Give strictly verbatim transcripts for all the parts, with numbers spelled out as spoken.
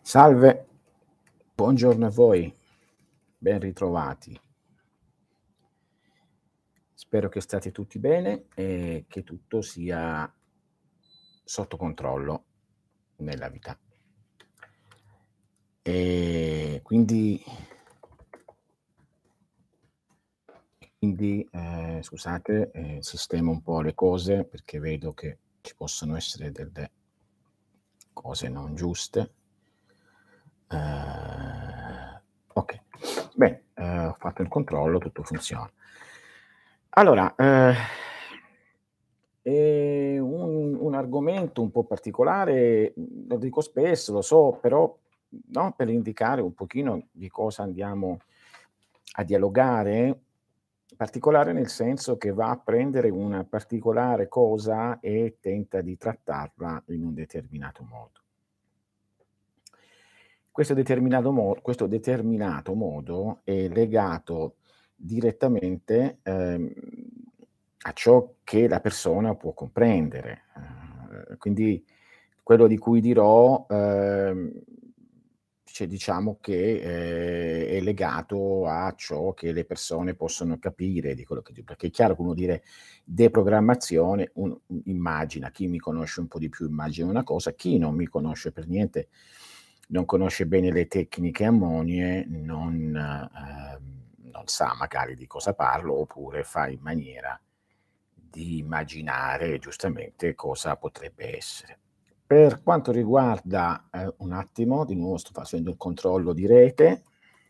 Salve, buongiorno a voi, ben ritrovati. Spero che state tutti bene e che tutto sia sotto controllo nella vita. E quindi quindi, ehm, scusate, ehm, sistemo un po' le cose perché vedo che ci possono essere delle cose non giuste. Ehm, okay. Bene, ehm, ho fatto il controllo, tutto funziona. Allora, ehm, ehm, un un argomento un po' particolare, mhmm, lo dico spesso, lo so, però, no, per indicare un pochino di cosa andiamo a dialogare, particolare nel senso che va a prendere una particolare cosa e tenta di trattarla in un determinato modo. Questo determinato mo questo determinato modo è legato direttamente, ehm, a ciò che la persona può comprendere. Uhm, quindi quello di cui dirò, ehm, cioè diciamo che, ehm, è legato a ciò che le persone possono capire di quello che di perché è chiaro che uno dire deprogrammazione, uno i immagina, chi mi conosce un po' di più immagina una cosa, chi non mi conosce per niente, non conosce bene le tecniche ammonie, non ehm, non sa magari di cosa parlo, oppure fa in maniera di immaginare giustamente cosa potrebbe essere. Per quanto riguarda ehm, un attimo, di nuovo sto facendo il controllo di rete.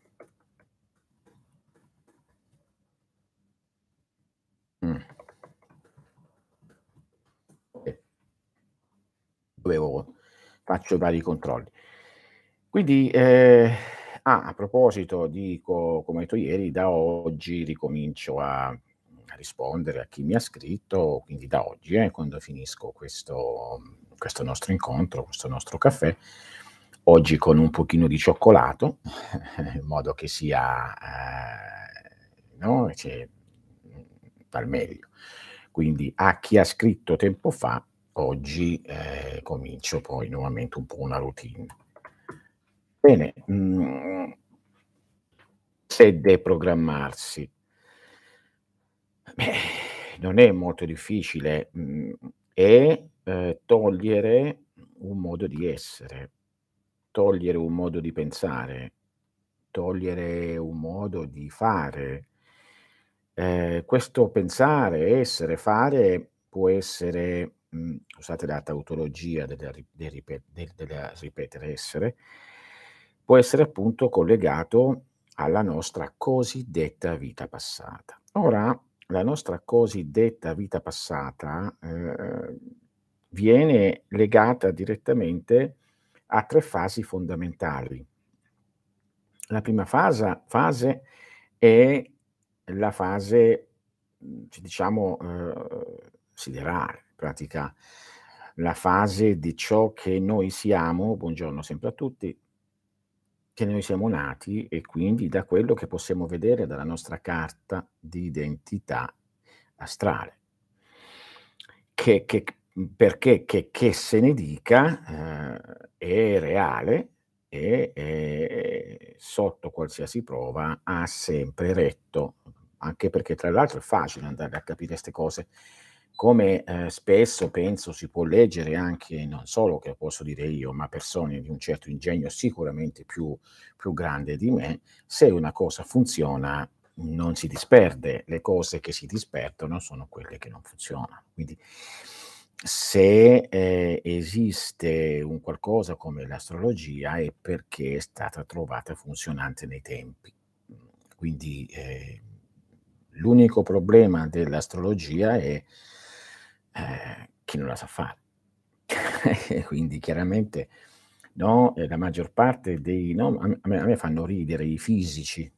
Mh. Okay. Dovevo faccio vari controlli. Quindi, ehm, ah, a proposito dico, come ho detto ieri, da oggi ricomincio a a rispondere a chi mi ha scritto, quindi da oggi, eh, quando finisco questo questo nostro incontro, questo nostro caffè, oggi con un pochino di cioccolato, in modo che sia, ehm, no, cioè, mhmm, al meglio. Quindi a chi ha scritto tempo fa, oggi, ehm, comincio poi nuovamente un po' una routine. Bene, mhmm, se deprogrammarsi. Beh, non è molto difficile, mhmm, è, ehm, togliere un modo di essere, togliere un modo di pensare, togliere un modo di fare. Ehm, questo pensare, essere, fare può essere, mhmm, scusate la tautologia della ri del ripe del del ripetere essere, può essere appunto collegato alla nostra cosiddetta vita passata. Ora, la nostra cosiddetta vita passata, ehm, viene legata direttamente a tre fasi fondamentali. La prima fasa fase è la fase, mhmm, c diciamo, uhm, siderale, in pratica la fase di ciò che noi siamo, buongiorno sempre a tutti, che noi siamo nati e quindi da quello che possiamo vedere dalla nostra carta di identità astrale. Che che c mhmm, perché che che se ne dica, ehm, è reale e, ehm, sotto qualsiasi prova ha sempre retto, anche perché tra l'altro è facile andare a capire 'ste cose. Come, ehm, spesso penso si può leggere anche, non solo che posso dire io, ma persone di un certo ingegno sicuramente più più grande di me, se una cosa funziona non si disperde, le cose che si disperdono sono quelle che non funzionano. Quindi se, ehm, esiste un qualcosa come l'astrologia è perché è stata trovata funzionante nei tempi. Mhmm, quindi, ehm, l'unico problema dell'astrologia è, ehm, chi non la sa fare. Quindi chiaramente, no, ehm, la maggior parte dei no, a me a me a me fanno ridere i fisici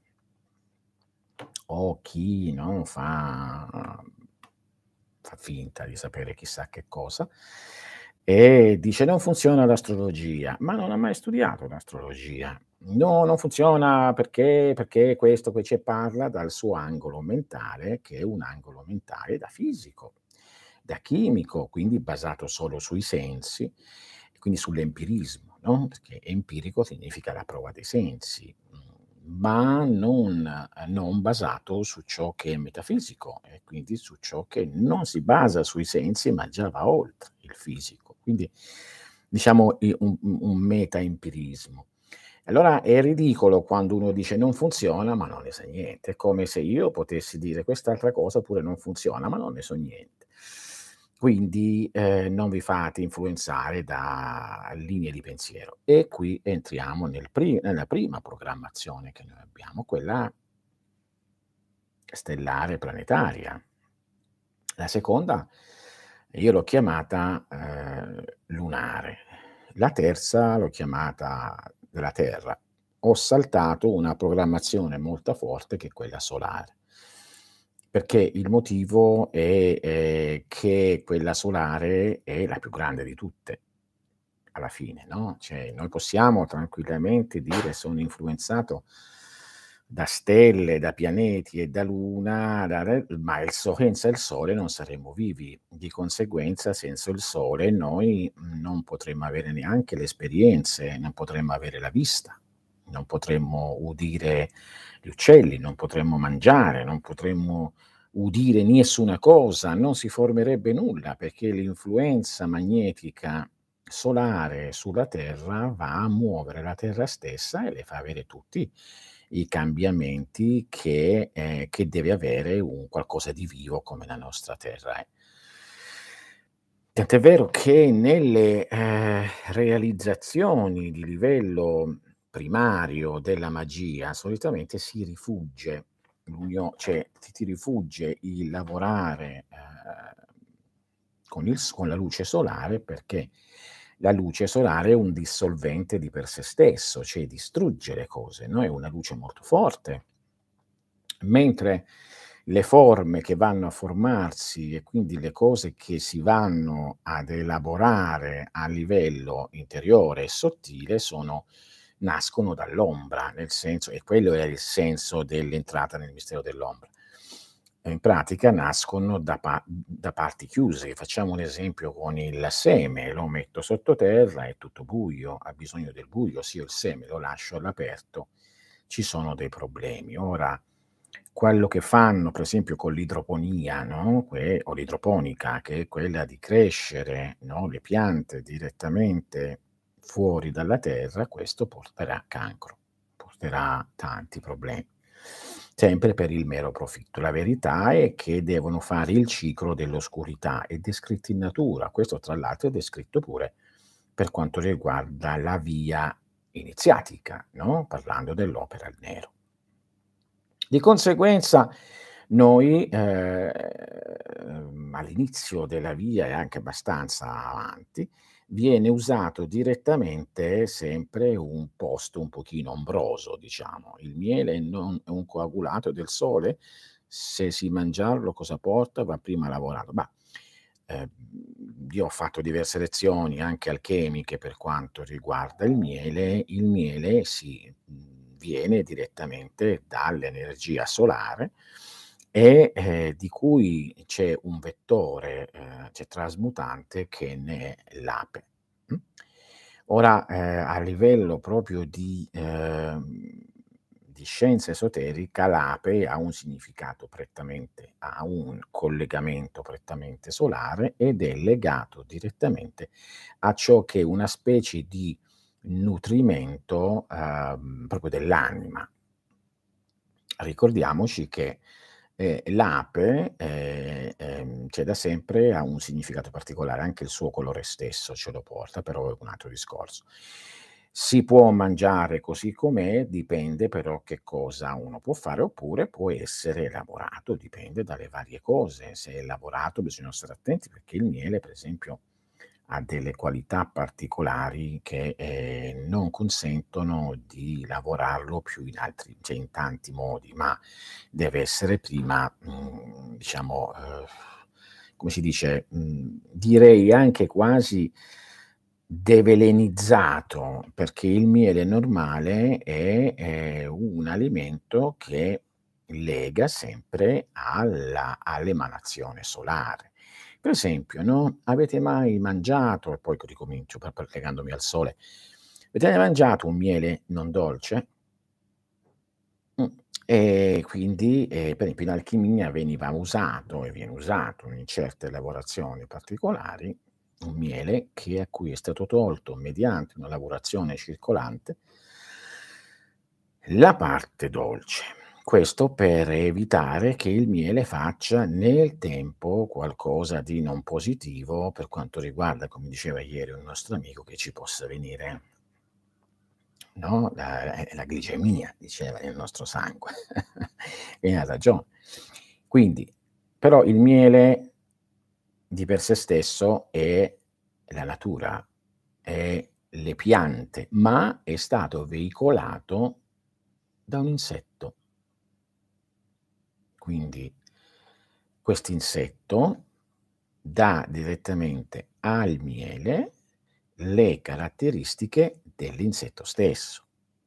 o chi, no, fa fa finta di sapere chissà che cosa e dice: "Non funziona l'astrologia", ma non ha mai studiato l'astrologia. No, non funziona perché perché questo, poi ci parla dal suo angolo mentale, che è un angolo mentale da fisico, da chimico, quindi basato solo sui sensi e quindi sull'empirismo. no, perché empirico significa la prova dei sensi, mhmm, ma non ehm, non basato su ciò che è metafisico e quindi su ciò che non si basa sui sensi, ma già va oltre il fisico. Quindi diciamo i un un un meta-empirismo. Allora è ridicolo quando uno dice: "Non funziona", ma non ne sa niente. È come se io potessi dire quest'altra cosa oppure non funziona, ma non ne so niente. Quindi, ehm, non vi fate influenzare da linee di pensiero. E qui entriamo nel pri nella prima programmazione che noi abbiamo, quella stellare planetaria. La seconda io l'ho chiamata, ehm, lunare. La terza l'ho chiamata della Terra. Ho saltato una programmazione molto forte che è quella solare. Perché il motivo è, ehm, che quella solare è la più grande di tutte alla fine, no, cioè noi possiamo tranquillamente dire: "Sono influenzato da stelle, da pianeti e da luna, da re" ma il so senza il sole non saremmo vivi. Di conseguenza senza il sole noi non potremmo avere neanche le esperienze, non potremmo avere la vista, non potremmo udire gli uccelli, non potremmo mangiare, non potremmo udire nessuna cosa, non si formerebbe nulla perché l'influenza magnetica solare sulla Terra va a muovere la Terra stessa e le fa avere tutti i cambiamenti che ehm, che deve avere un qualcosa di vivo come la nostra Terra è. Tant'è vero che nelle, ehm, realizzazioni di livello primario della magia solitamente si rifugge l'unio cioè ti ti rifugge il lavorare, ehm, con il s con la luce solare perché la luce solare è un dissolvente di per sé stesso, cioè distrugge le cose, no, è una luce molto forte. Mentre le forme che vanno a formarsi e quindi le cose che si vanno ad elaborare a livello interiore e sottile sono nascono dall'ombra, nel senso e quello è il senso dell'entrata nel mistero dell'ombra. In pratica nascono da pa da parti chiuse. Facciamo un esempio con il seme, lo metto sottoterra, è tutto buio, ha bisogno del buio, se io il seme lo lascio all'aperto ci sono dei problemi. Ora, quello che fanno per esempio con l'idroponia, no, que o l'idroponica, che è quella di crescere, no, le piante direttamente fuori dalla terra, questo porterà cancro, porterà tanti problemi, sempre per il mero profitto. La verità è che devono fare il ciclo dell'oscurità, è descritto in natura. Questo tra l'altro è descritto pure per quanto riguarda la via iniziatica, no, parlando dell'opera al nero. Di conseguenza noi, ehm, all'inizio della via e anche abbastanza avanti, viene usato direttamente sempre un posto un pochino ombroso, diciamo. Il miele non è un coagulato del sole? Se sì mangiarlo cosa porta? Va prima lavorato. Mah, ehm, io ho fatto diverse lezioni anche alchemiche per quanto riguarda il miele. Il miele si mhmm, viene direttamente dall'energia solare e, ehm, di cui c'è un vettore, ehm, cioè trasmutante che ne è l'ape, mh. Ora, ehm, a livello proprio di ehm, di scienza esoterica, l'ape ha un significato prettamente ha un collegamento prettamente solare ed è legato direttamente a ciò che è una specie di nutrimento, uhm, proprio dell'anima. Ricordiamoci che, ehm, l'ape, ehm, ehm, c'è da sempre, ha un significato particolare, anche il suo colore stesso ce lo porta, però è un altro discorso. Si può mangiare così com'è, dipende però che cosa uno può fare, oppure può essere lavorato, dipende dalle varie cose. Se è lavorato bisogna stare attenti perché il miele, per esempio, ha delle qualità particolari che, ehm, non consentono di lavorarlo più in altri cioè in tanti modi, ma deve essere prima, mhmm, diciamo, uhm, come si dice, mhmm, direi anche quasi develenizzato, perché il miele normale è, ehm, un alimento che lega sempre alla all'emanazione solare. Per esempio, no, avete mai mangiato e poi ricomincio per per legandomi al sole, Avete mai mangiato un miele non dolce? Mh, e quindi, ehm, per esempio in alchimia veniva usato e viene usato in certe lavorazioni particolari un miele che a cui è stato tolto mediante una lavorazione circolante la parte dolce. Questo per evitare che il miele faccia nel tempo qualcosa di non positivo per quanto riguarda, come diceva ieri un nostro amico, che ci possa venire no, la eh, la glicemia diceva nel nostro sangue. E ha ragione. Quindi però il miele di per sé stesso è la natura, è le piante, ma è stato veicolato da un insetto. Quindi quest'insetto dà direttamente al miele le caratteristiche dell'insetto stesso.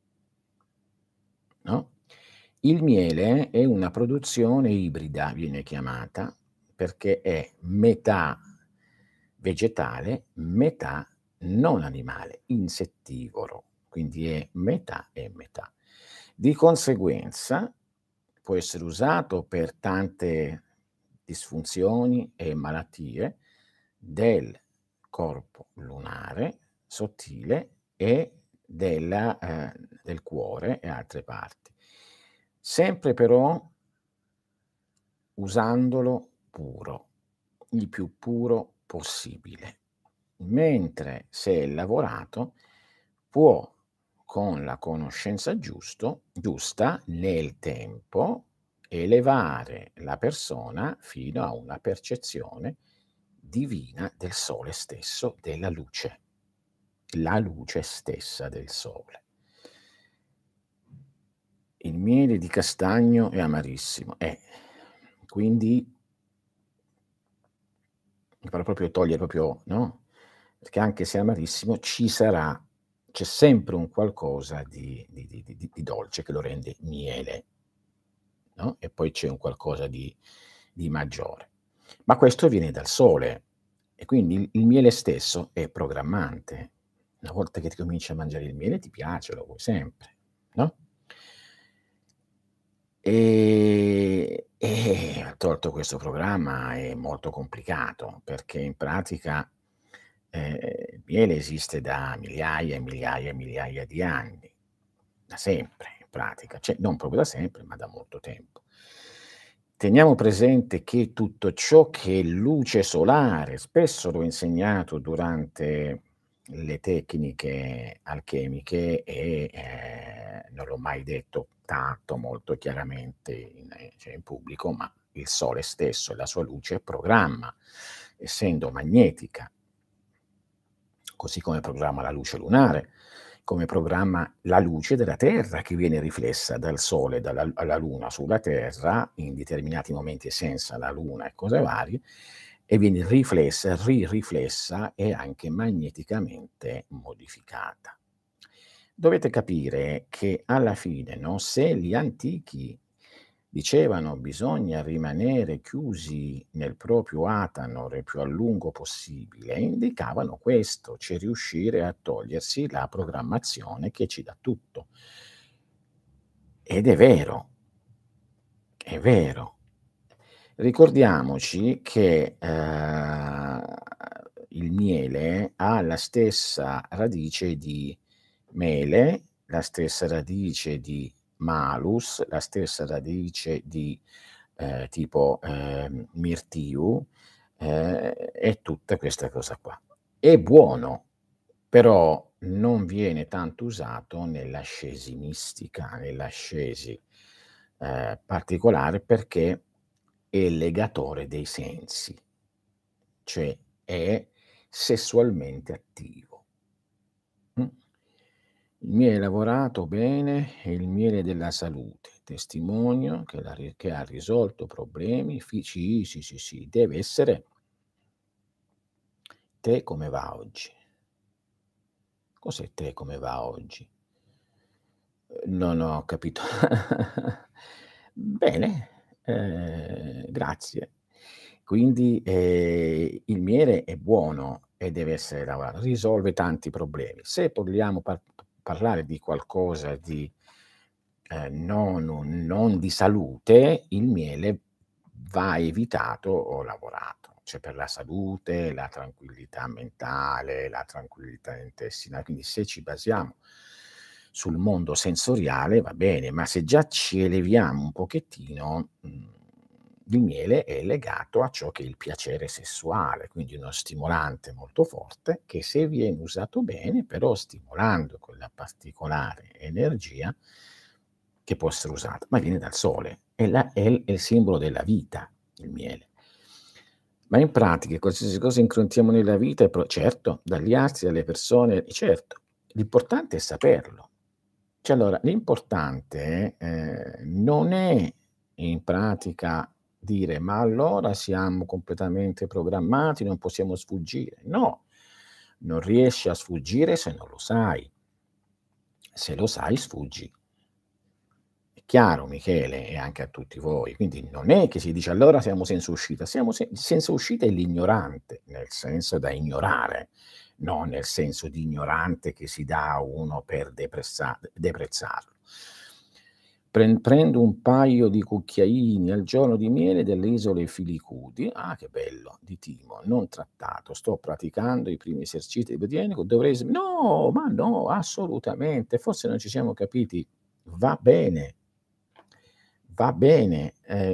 No, il miele è una produzione ibrida, viene chiamata, perché è metà vegetale, metà non animale, insettivoro, quindi è metà e metà. Di conseguenza può essere usato per tante disfunzioni e malattie del corpo lunare sottile e della ehm, del cuore e altre parti. Sempre però usandolo puro, il più puro possibile. Mentre se è lavorato può, con la conoscenza giusto giusta, nel tempo, elevare la persona fino a una percezione divina del sole stesso, della luce, la luce stessa del sole. Il miele di castagno è amarissimo, eh, quindi però proprio toglie proprio no, perché anche se è amarissimo ci sarà c'è sempre un qualcosa di di di di di dolce che lo rende miele, no, e poi c'è un qualcosa di di maggiore. Ma questo viene dal sole e quindi il il miele stesso è programmante. Una volta che ti cominci a mangiare il miele ti piace, lo vuoi sempre, no? Ehm, e tolto questo programma è molto complicato, perché in pratica, ehm, il miele esiste da migliaia e migliaia e migliaia di anni, da sempre in pratica, cioè non proprio da sempre, ma da molto tempo. Teniamo presente che tutto ciò che è luce solare, spesso l'ho insegnato durante le tecniche alchemiche e, ehm, non l'ho mai detto tanto, molto chiaramente in ehm, cioè in pubblico, ma il sole stesso e la sua luce programma, essendo magnetica, così come programma la luce lunare, come programma la luce della Terra che viene riflessa dal Sole, dalla alla Luna sulla Terra, in determinati momenti senza la Luna e cose varie, e viene riflessa, ririflessa e anche magneticamente modificata. Dovete capire che alla fine, no, se gli antichi dicevano: "Bisogna rimanere chiusi nel proprio Atanor il più a lungo possibile", indicavano questo, cioè riuscire a togliersi la programmazione che ci dà tutto. Ed è vero, è vero. Ricordiamoci che, ehm, il miele ha la stessa radice di mele, la stessa radice di malus, la stessa radice di, ehm, tipo, ehm, mirtillu, ehm, e tutta questa cosa qua. È buono, però non viene tanto usato nell'ascesi mistica, nell'ascesi, ehm, particolare perché è legatore dei sensi, cioè è sessualmente attivo. Mh. Il miele lavorato bene è il miele della salute, testimonio che la ri che ha risolto problemi fi sì, sì, sì, sì, deve essere te come va oggi? Cos'è te come va oggi? Uhm, non ho capito. Bene, ehm, grazie. Quindi, ehm, il miele è buono e deve essere lavorato, risolve tanti problemi. Se vogliamo par parlare di qualcosa di, ehm, non non di salute, il miele va evitato o lavorato. Cioè per la salute, la tranquillità mentale, la tranquillità intestinale. Quindi se ci basiamo sul mondo sensoriale va bene, ma se già ci eleviamo un pochettino, mhmm, il miele è legato a ciò che è il piacere sessuale, quindi uno stimolante molto forte che se viene usato bene, però stimolando quella particolare energia che può essere usata, ma viene dal sole, è la è il è il simbolo della vita il miele. Ma in pratica qualsiasi cosa incrontiamo nella vita è pro certo, dagli astri alle persone, certo, l'importante è saperlo. Cioè allora l'importante, ehm, non è in pratica dire: "Ma allora siamo completamente programmati, non possiamo sfuggire." No, non riesci a sfuggire se non lo sai. Se lo sai sfuggi. È chiaro Michele e anche a tutti voi, quindi non è che si dice: "Allora siamo senza uscita." Siamo se senza uscita è l'ignorante, nel senso da ignorare, non nel senso di ignorante che si dà a uno per depressa deprezzarlo. Pren prendo un paio di cucchiaini al giorno di miele delle isole Filicudi, ah che bello, di timo, non trattato. Sto praticando i primi esercizi ipotienico, dovrei s no, ma no, assolutamente, forse non ci siamo capiti. Va bene. Va bene,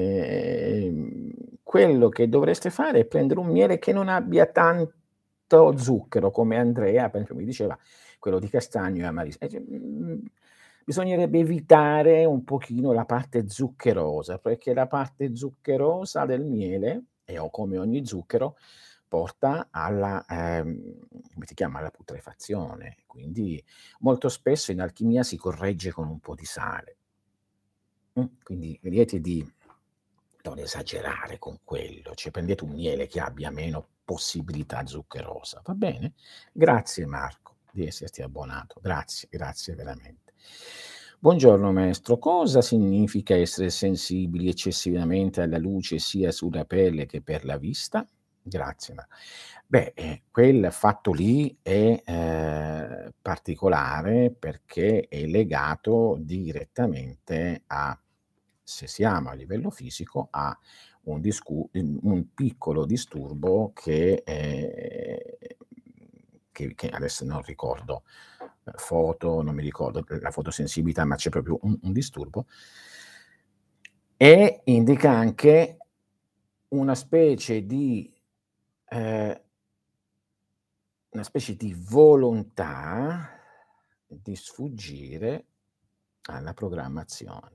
ehm, quello che dovreste fare è prendere un miele che non abbia tanto zucchero, come Andrea per esempio mi diceva, quello di castagno e amaris e cioè, mhmm, bisognerebbe evitare un pochino la parte zuccherosa, perché la parte zuccherosa del miele, e o come ogni zucchero, porta alla, ehm, come si chiama, alla putrefazione. Quindi molto spesso in alchimia si corregge con un po' di sale. Mh, quindi vedete di non esagerare con quello, cioè prendete un miele che abbia meno possibilità zuccherosa, va bene? Grazie Marco di esserti abbonato, grazie, grazie veramente. Buongiorno maestro, cosa significa essere sensibili eccessivamente alla luce sia sulla pelle che per la vista? Grazie ma beh, ehm, quel fatto lì è, ehm, particolare perché è legato direttamente a se siamo a livello fisico, a un discu mhmm, un piccolo disturbo che ehm, che che adesso non ricordo, ehm, foto, non mi ricordo la fotosensibilità, ma c'è proprio un un disturbo e indica anche una specie di ehm una specie di volontà di sfuggire alla programmazione.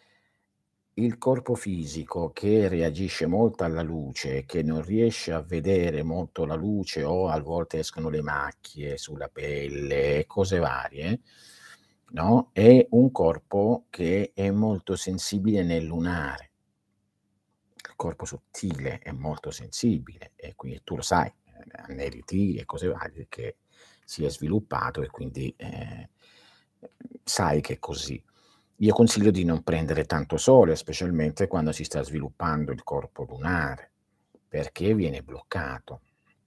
Il corpo fisico che reagisce molto alla luce, che non riesce a vedere molto la luce o a volte escono le macchie sulla pelle e cose varie, no, è un corpo che è molto sensibile nel lunare. Il corpo sottile è molto sensibile e quindi tu lo sai, ehm, anneriti e cose varie che si è sviluppato e quindi, ehm, sai che è così. Io consiglio di non prendere tanto sole, specialmente quando si sta sviluppando il corpo lunare, perché viene bloccato.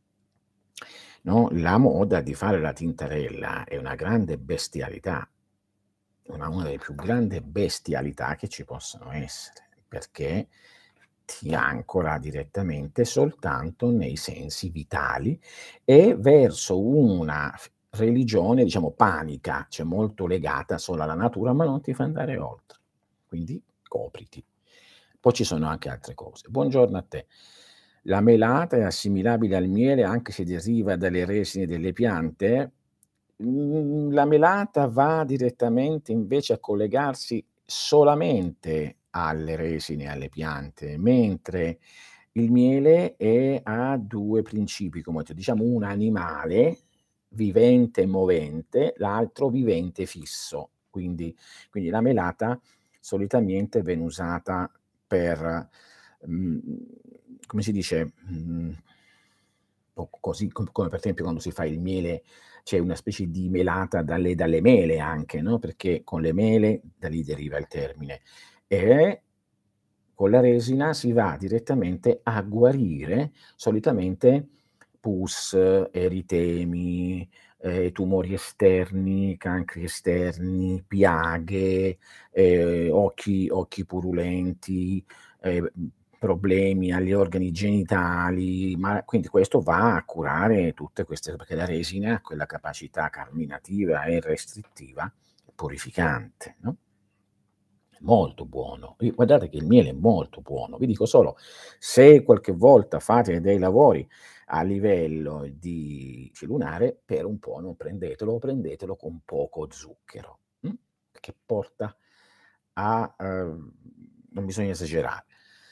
No, la moda di fare la tintarella è una grande bestialità, una una delle più grande bestialità che ci possano essere, perché ti ancora direttamente soltanto nei sensi vitali e verso una f religione, diciamo, panica, cioè molto legata solo alla natura, ma non ti fa andare oltre. Quindi copriti. Poi ci sono anche altre cose. Buongiorno a te. La melata è assimilabile al miele anche se deriva dalle resine delle piante? Mhmm, la melata va direttamente invece a collegarsi solamente alle resine e alle piante, mentre il miele è ha due principi, come ho detto, diciamo un animale vivente e movente, l'altro vivente fisso. Quindi quindi la melata solitamente viene usata per, mhmm, come si dice, mhmm, po così com come per esempio quando si fa il miele c'è una specie di melata dalle dalle mele anche, no, perché con le mele da lì deriva il termine. E con la resina si va direttamente a guarire solitamente pus, eritemi, ehm, tumori esterni, cancri esterni, piaghe, ehm, occhi occhi purulenti, ehm, mhmm, problemi agli organi genitali, ma quindi questo va a curare tutte queste perché la resina ha quella capacità carminativa e restrittiva, purificante, no? Molto buono. E guardate che il miele è molto buono. Vi dico solo, se qualche volta fate dei lavori a livello di cellulare, per un po' non prendetelo, prendetelo con poco zucchero, mh, che porta a uhm, non bisogna esagerare.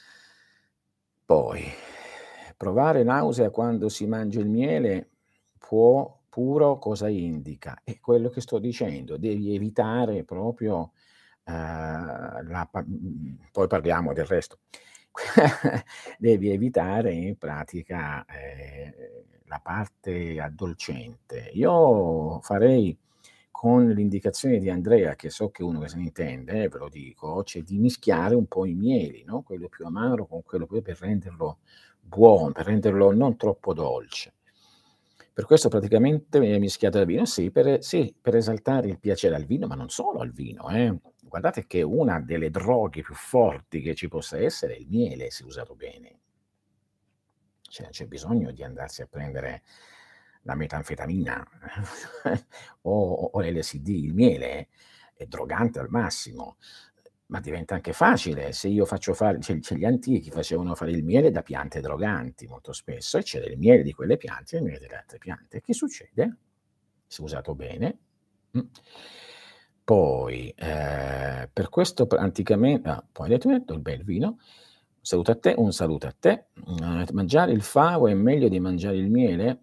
Poi, provare nausea quando si mangia il miele può puro cosa indica? È quello che sto dicendo, devi evitare proprio, ehm, la pa mhmm, poi parliamo del resto. Devi evitare in pratica, ehm, la parte addolcente. Io farei con l'indicazione di Andrea, che so che è uno che se ne intende, eh, ve lo dico, cioè di mischiare un po' i mieli, no, quello più amaro con quello poi per renderlo buono, per renderlo non troppo dolce. Per questo praticamente viene mischiato al vino, sì, per sì, per esaltare il piacere al vino, ma non solo al vino, eh. Guardate che una delle droghe più forti che ci possa essere è il miele, se usato bene. Cioè, c'è bisogno di andarsi a prendere la metanfetamina o o l'L S D. Il miele è drogante al massimo, ma diventa anche facile. Se io faccio fare cioè cioè gli antichi facevano fare il miele da piante droganti molto spesso e c'era il miele di quelle piante e il miele delle altre piante. Che succede? Se usato bene, mh. Poi, ehm, per questo p anticamen ah, poi hai detto detto il bel vino. Saluto a te, un saluto a te. Mhmm, mangiare il favo è meglio di mangiare il miele?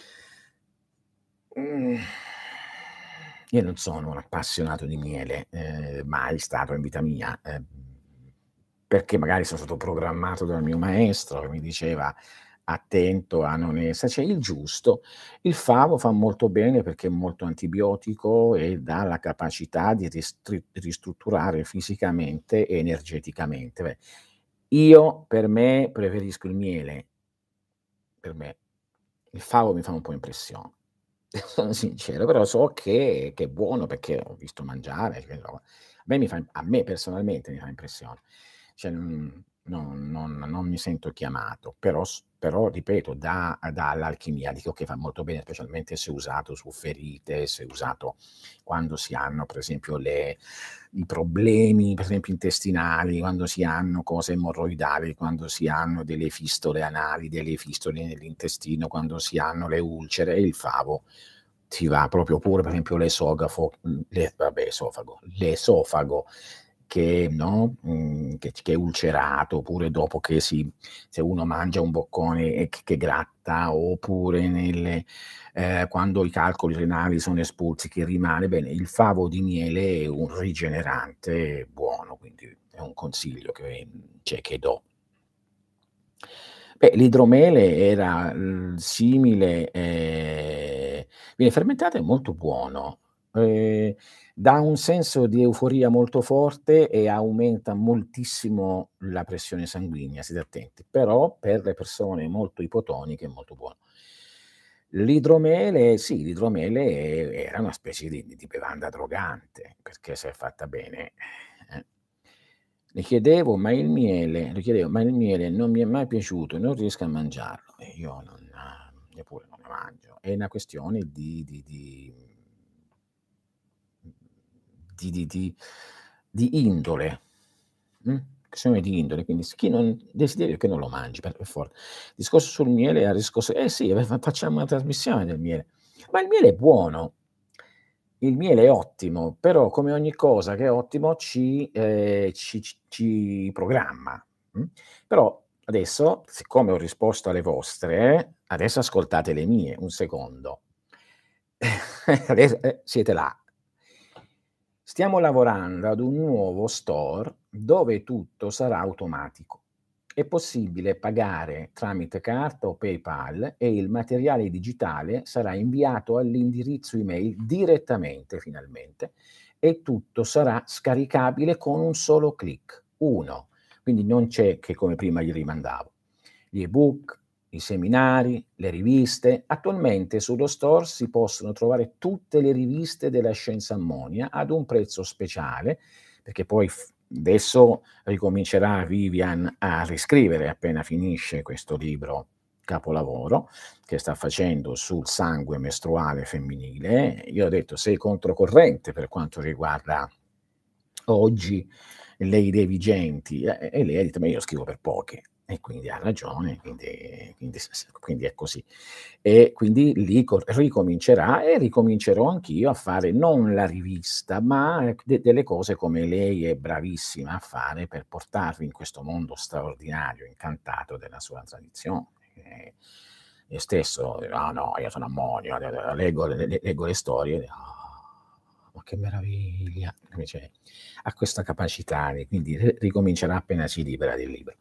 Mhmm, io non sono un appassionato di miele, ehm, mai stato in vita mia, ehm, perché magari sono stato programmato dal mio maestro che mi diceva: "Attento a non essa" cioè il giusto. Il favo fa molto bene perché è molto antibiotico e dà la capacità di ristri ristrutturare fisicamente e energeticamente. Beh, io per me preferisco il miele, per me. Il favo mi fa un po' impressione. Sono sincero, però so che che è buono perché ho visto mangiare, che no, a me mi fa a me personalmente mi fa impressione. Cioè, mhmm, non non non mi sento chiamato, però s però ripeto dà dà all'alchimia, dico che fa molto bene, specialmente se usato su ferite, se usato quando si hanno per esempio le i problemi, per esempio intestinali, quando si hanno cose emorroidali, quando si hanno delle fistole anali, delle fistole nell'intestino, quando si hanno le ulcere, il favo ti va proprio pure per esempio l'esogafo mhmm, le vabbè esofago, l'esofago che no, mhmm, che c che è ulcerato, oppure dopo che si se uno mangia un boccone e che che gratta, oppure nelle ehm, quando i calcoli renali sono espulsi che rimane, bene, il favo di miele è un rigenerante buono, quindi è un consiglio che mhmm, cioè che do. Beh, l'idromele era, mhmm, simile, ehm, viene fermentato, è molto buono, ehm, dà un senso di euforia molto forte e aumenta moltissimo la pressione sanguigna, state attenti, però per le persone molto ipotoniche è molto buono. L'idromele sì, l'idromele e era una specie di di bevanda drogante, perché se è fatta bene, eh. Le chiedevo: "Ma il miele" le chiedevo: "Ma il miele non mi è mai piaciuto, non riesco a mangiarlo." E io non io pure non ne mangio. È una questione di di di di di di di indole, mh, questione di indole, quindi s chi non desiderio che non lo mangi per per for discorso sul miele era discorso eh sì, fa fa facciamo una trasmissione del miele. Ma il miele è buono. Il miele è ottimo, però come ogni cosa che è ottimo ci ehm, ci ci ci programma, mh. Però adesso, siccome ho risposto alle vostre, adesso ascoltate le mie, un secondo. Adesso eh, siete là. Stiamo lavorando ad un nuovo store dove tutto sarà automatico. È possibile pagare tramite carta o PayPal e il materiale digitale sarà inviato all'indirizzo email direttamente finalmente e tutto sarà scaricabile con un solo click. uno. Quindi non c'è che come prima gli rimandavo. Gli ebook, i seminari, le riviste. Attualmente sullo store si possono trovare tutte le riviste della scienza ammonia ad un prezzo speciale, perché poi f adesso ricomincerà Vivian a riscrivere appena finisce questo libro capolavoro che sta facendo sul sangue mestruale femminile. Io ho detto: "Sei controcorrente per quanto riguarda oggi le idee vigenti", e e lei ha detto: "Ma io scrivo per poche". E quindi ha ragione, quindi quindi s s quindi è così. E quindi lì co ricomincerà e ricomincerò anch'io a fare non la rivista, ma ec de delle cose come lei è bravissima a fare per portarvi in questo mondo straordinario, incantato della sua tradizione. Ehm, io stesso: "No, no, io sono Ammonio", leggo le le leggo le storie e: "Ah, ma che meraviglia!" Invece ha questa capacità di quindi ri ricomincerà appena si libera del libro.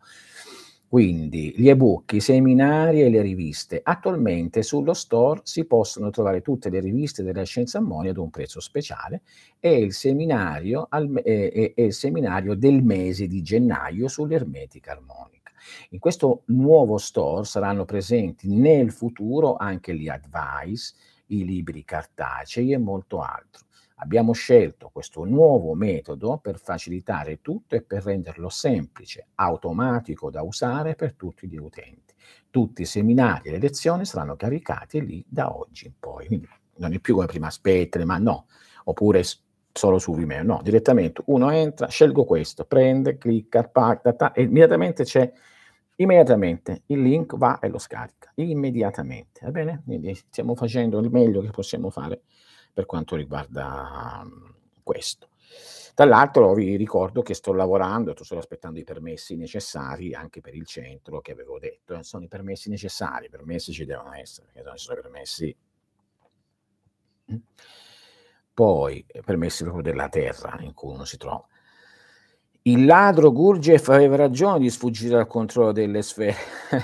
Quindi gli ebook, i seminari e le riviste. Attualmente sullo store si possono trovare tutte le riviste della scienza ammonia ad un prezzo speciale e il seminario al me e e e il seminario del mese di gennaio sull'ermetica armonica. In questo nuovo store saranno presenti nel futuro anche gli advice, i libri cartacei e molto altro. Abbiamo scelto questo nuovo metodo per facilitare tutto e per renderlo semplice, automatico da usare per tutti gli utenti. Tutti i seminari e le lezioni saranno caricati lì da oggi in poi. Quindi non è più come prima aspettare, ma no, oppure s solo su Vimeo, no, direttamente uno entra, scelgo questo, prende, clicca, pa ta ta e immediatamente c'è immediatamente il link va e lo scarica, immediatamente, va bene? Quindi stiamo facendo il meglio che possiamo fare per quanto riguarda, mhmm, questo. Tra l'altro vi ricordo che sto lavorando, sto solo aspettando i permessi necessari anche per il centro che avevo detto, eh, sono i permessi necessari, i permessi ci devono essere, perché se non ci sono i permessi mh. Poi, ehm, permessi proprio della terra in cui uno si trova. Il ladro Gurdjieff aveva ragione di sfuggire al controllo delle sfere.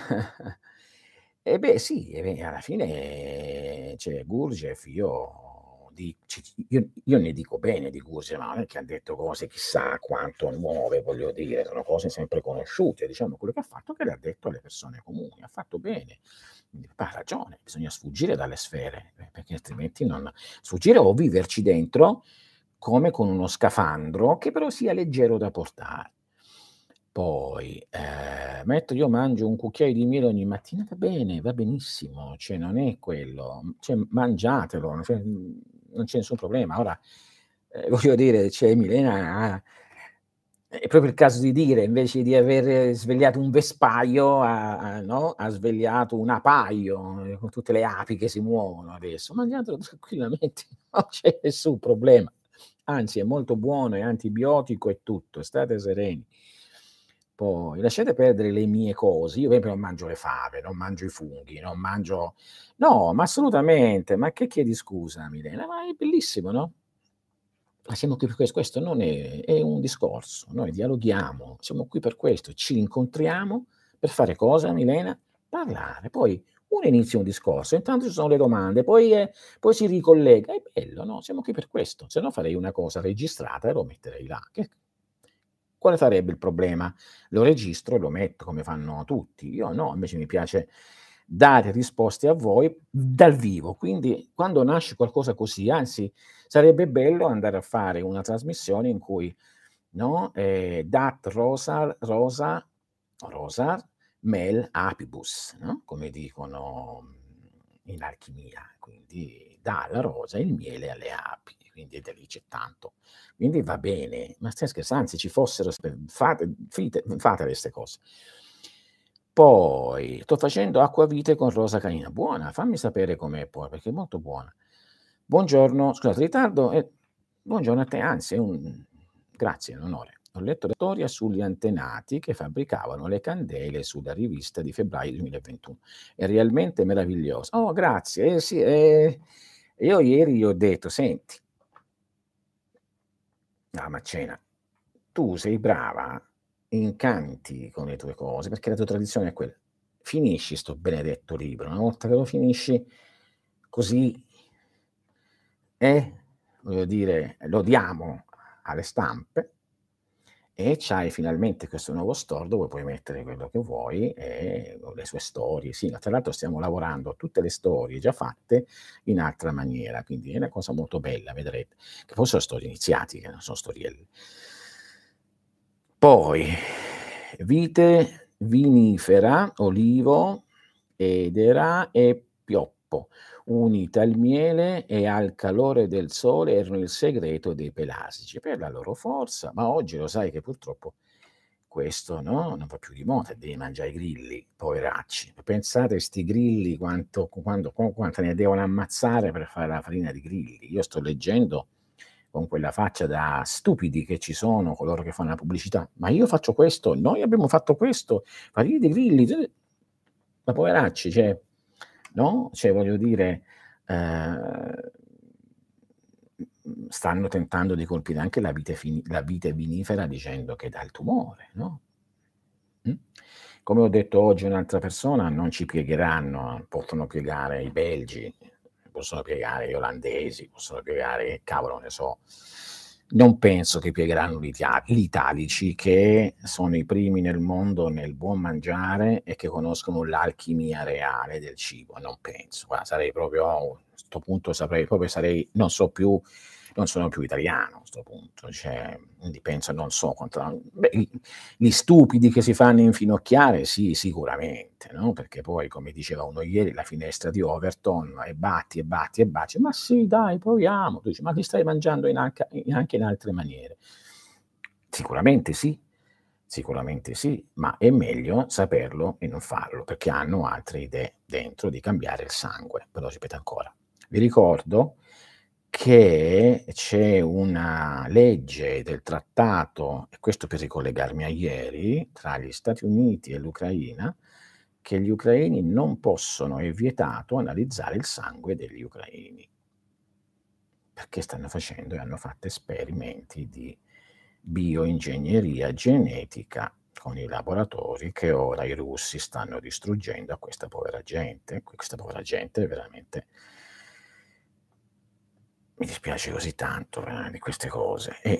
Eh beh sì, e beh, alla fine cioè Gurdjieff io di ci ci io io ne dico bene di Gurdjieff, ma non è che ha detto cose chissà quanto nuove, voglio dire, sono cose sempre conosciute. Diciamo quello che ha fatto è che le ha detto alle persone comuni, ha fatto bene. Quindi ha ragione, bisogna sfuggire dalle sfere, eh, perché altrimenti non sfuggire o viverci dentro come con uno scafandro che però sia leggero da portare. Poi, ehm, metto io mangio un cucchiaio di miele ogni mattina, va bene, va benissimo, cioè non è quello, mhmm, cioè mangiatelo, cioè, mhmm, non c'è nessun problema. Ora, ehm, voglio dire, c'è Milena ha è proprio il caso di dire, invece di aver svegliato un vespaio ha ha no, ha svegliato un apaio, ehm, con tutte le api che si muovono adesso. Mangiatelo tranquillamente, non c'è nessun problema. Anzi è molto buono, è antibiotico e tutto, state sereni. Poi lasciate perdere le mie cose, io per esempio non mangio le fave, non mangio i funghi, non mangio no, ma assolutamente, ma che chiedi scusa Milena? Ma è bellissimo, no? Ma siamo qui per ques questo non è è un discorso, noi dialoghiamo, siamo qui per questo, ci incontriamo per fare cosa Milena? Parlare. Poi uno inizia un discorso, intanto ci sono le domande, poi ehm, poi si ricollega. È bello, no, siamo qui per questo, se no farei una cosa registrata e lo metterei là. Che quale sarebbe il problema? Lo registro e lo metto come fanno tutti. Io no, invece mi piace dare risposte a voi dal vivo. Quindi quando nasce qualcosa così, anzi sarebbe bello andare a fare una trasmissione in cui, no, ehm, dat rosar rosa rosar mel apibus, no, come dicono, mhmm, in alchimia. Quindi dà la rosa il miele alle api, quindi da lì c'è tanto. Quindi va bene, ma stai scherzando? Anzi ci fossero spe fate fite fatele 'ste cose. Poi sto facendo acquavite con rosa canina, buona, fammi sapere com'è poi, perché è molto buona. Buongiorno, scusate il ritardo e buongiorno a te, anzi è un grazie, è un onore. Ho letto la storia sugli antenati che fabbricavano le candele sulla rivista di febbraio duemilaventuno. È realmente meravigliosa. Oh grazie, eh sì, ehm, io ieri gli ho detto: "Senti" Ah, Maccena, tu sei brava, incanti con le tue cose, perché la tua tradizione è quella. Finisci 'sto benedetto libro, una volta che lo finisci, così eh, voglio dire, lo diamo alle stampe E c'hai finalmente questo nuovo store dove puoi mettere quello che vuoi e o le sue storie. Sì, ma tra l'altro stiamo lavorando a tutte le storie già fatte in altra maniera, quindi è una cosa molto bella, vedrete. Che poi sono storie iniziatiche, non sono storielle. Poi vite vinifera, olivo, edera e pioppo, unite al miele e al calore del sole, erano il segreto dei pelasici, per la loro forza. Ma oggi lo sai che purtroppo questo, no, non va più di moda, devi mangiare i grilli, poveracci. Pensate 'sti grilli quanto quando qua quanta ne devono ammazzare per fare la farina di grilli. Io sto leggendo con quella faccia da stupidi che ci sono coloro che fanno la pubblicità: "Ma io faccio questo, noi abbiamo fatto questo, farina di grilli", t ma poveracci, cioè, no, cioè voglio dire, ehm, mhmm, stanno tentando di colpire anche la vite fini la vite vinifera dicendo che dà il tumore, no? Mh. Come ho detto oggi a un'altra persona, non ci piegheranno, possono piegare i belgi, possono piegare gli olandesi, possono piegare che cavolo ne so. Non penso che piegheranno gli itia gli italici che sono i primi nel mondo nel buon mangiare e che conoscono l'alchimia reale del cibo, non penso. Guarda, sarei proprio a 'sto punto saprei proprio sarei non so più non sono più italiano a 'sto punto, cioè, quindi penso non so quanta beh, i gli stupidi che si fanno infinocchiare sì, sicuramente, no, perché poi, come diceva uno ieri, la finestra di Overton e batti, e batti, e baci: "Ma sì dai, proviamo." Tu dici: "Ma li stai mangiando in anca in anche in altre maniere." Sicuramente sì, sicuramente sì, ma è meglio saperlo e non farlo, perché hanno altre idee dentro di cambiare il sangue. Ve lo ripeto ancora. Vi ricordo che c'è una legge del trattato, e questo per ricollegarmi a ieri, tra gli Stati Uniti e l'Ucraina, che gli ucraini non possono è vietato analizzare il sangue degli ucraini. Perché stanno facendo e hanno fatto esperimenti di bioingegneria genetica con i laboratori che ora i russi stanno distruggendo a questa povera gente. Questa povera gente veramente mi dispiace così tanto, eh, di queste cose. E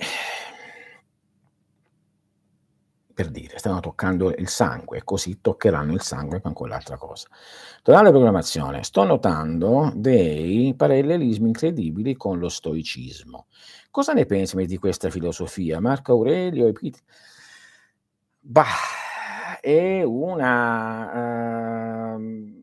per dire, stanno toccando il sangue e così toccheranno il sangue con quell'altra cosa. Tonale programmazione, sto notando dei parallelismi incredibili con lo stoicismo. Cosa ne pensi di questa filosofia? Marco Aurelio, Epit Bah, è una, uhm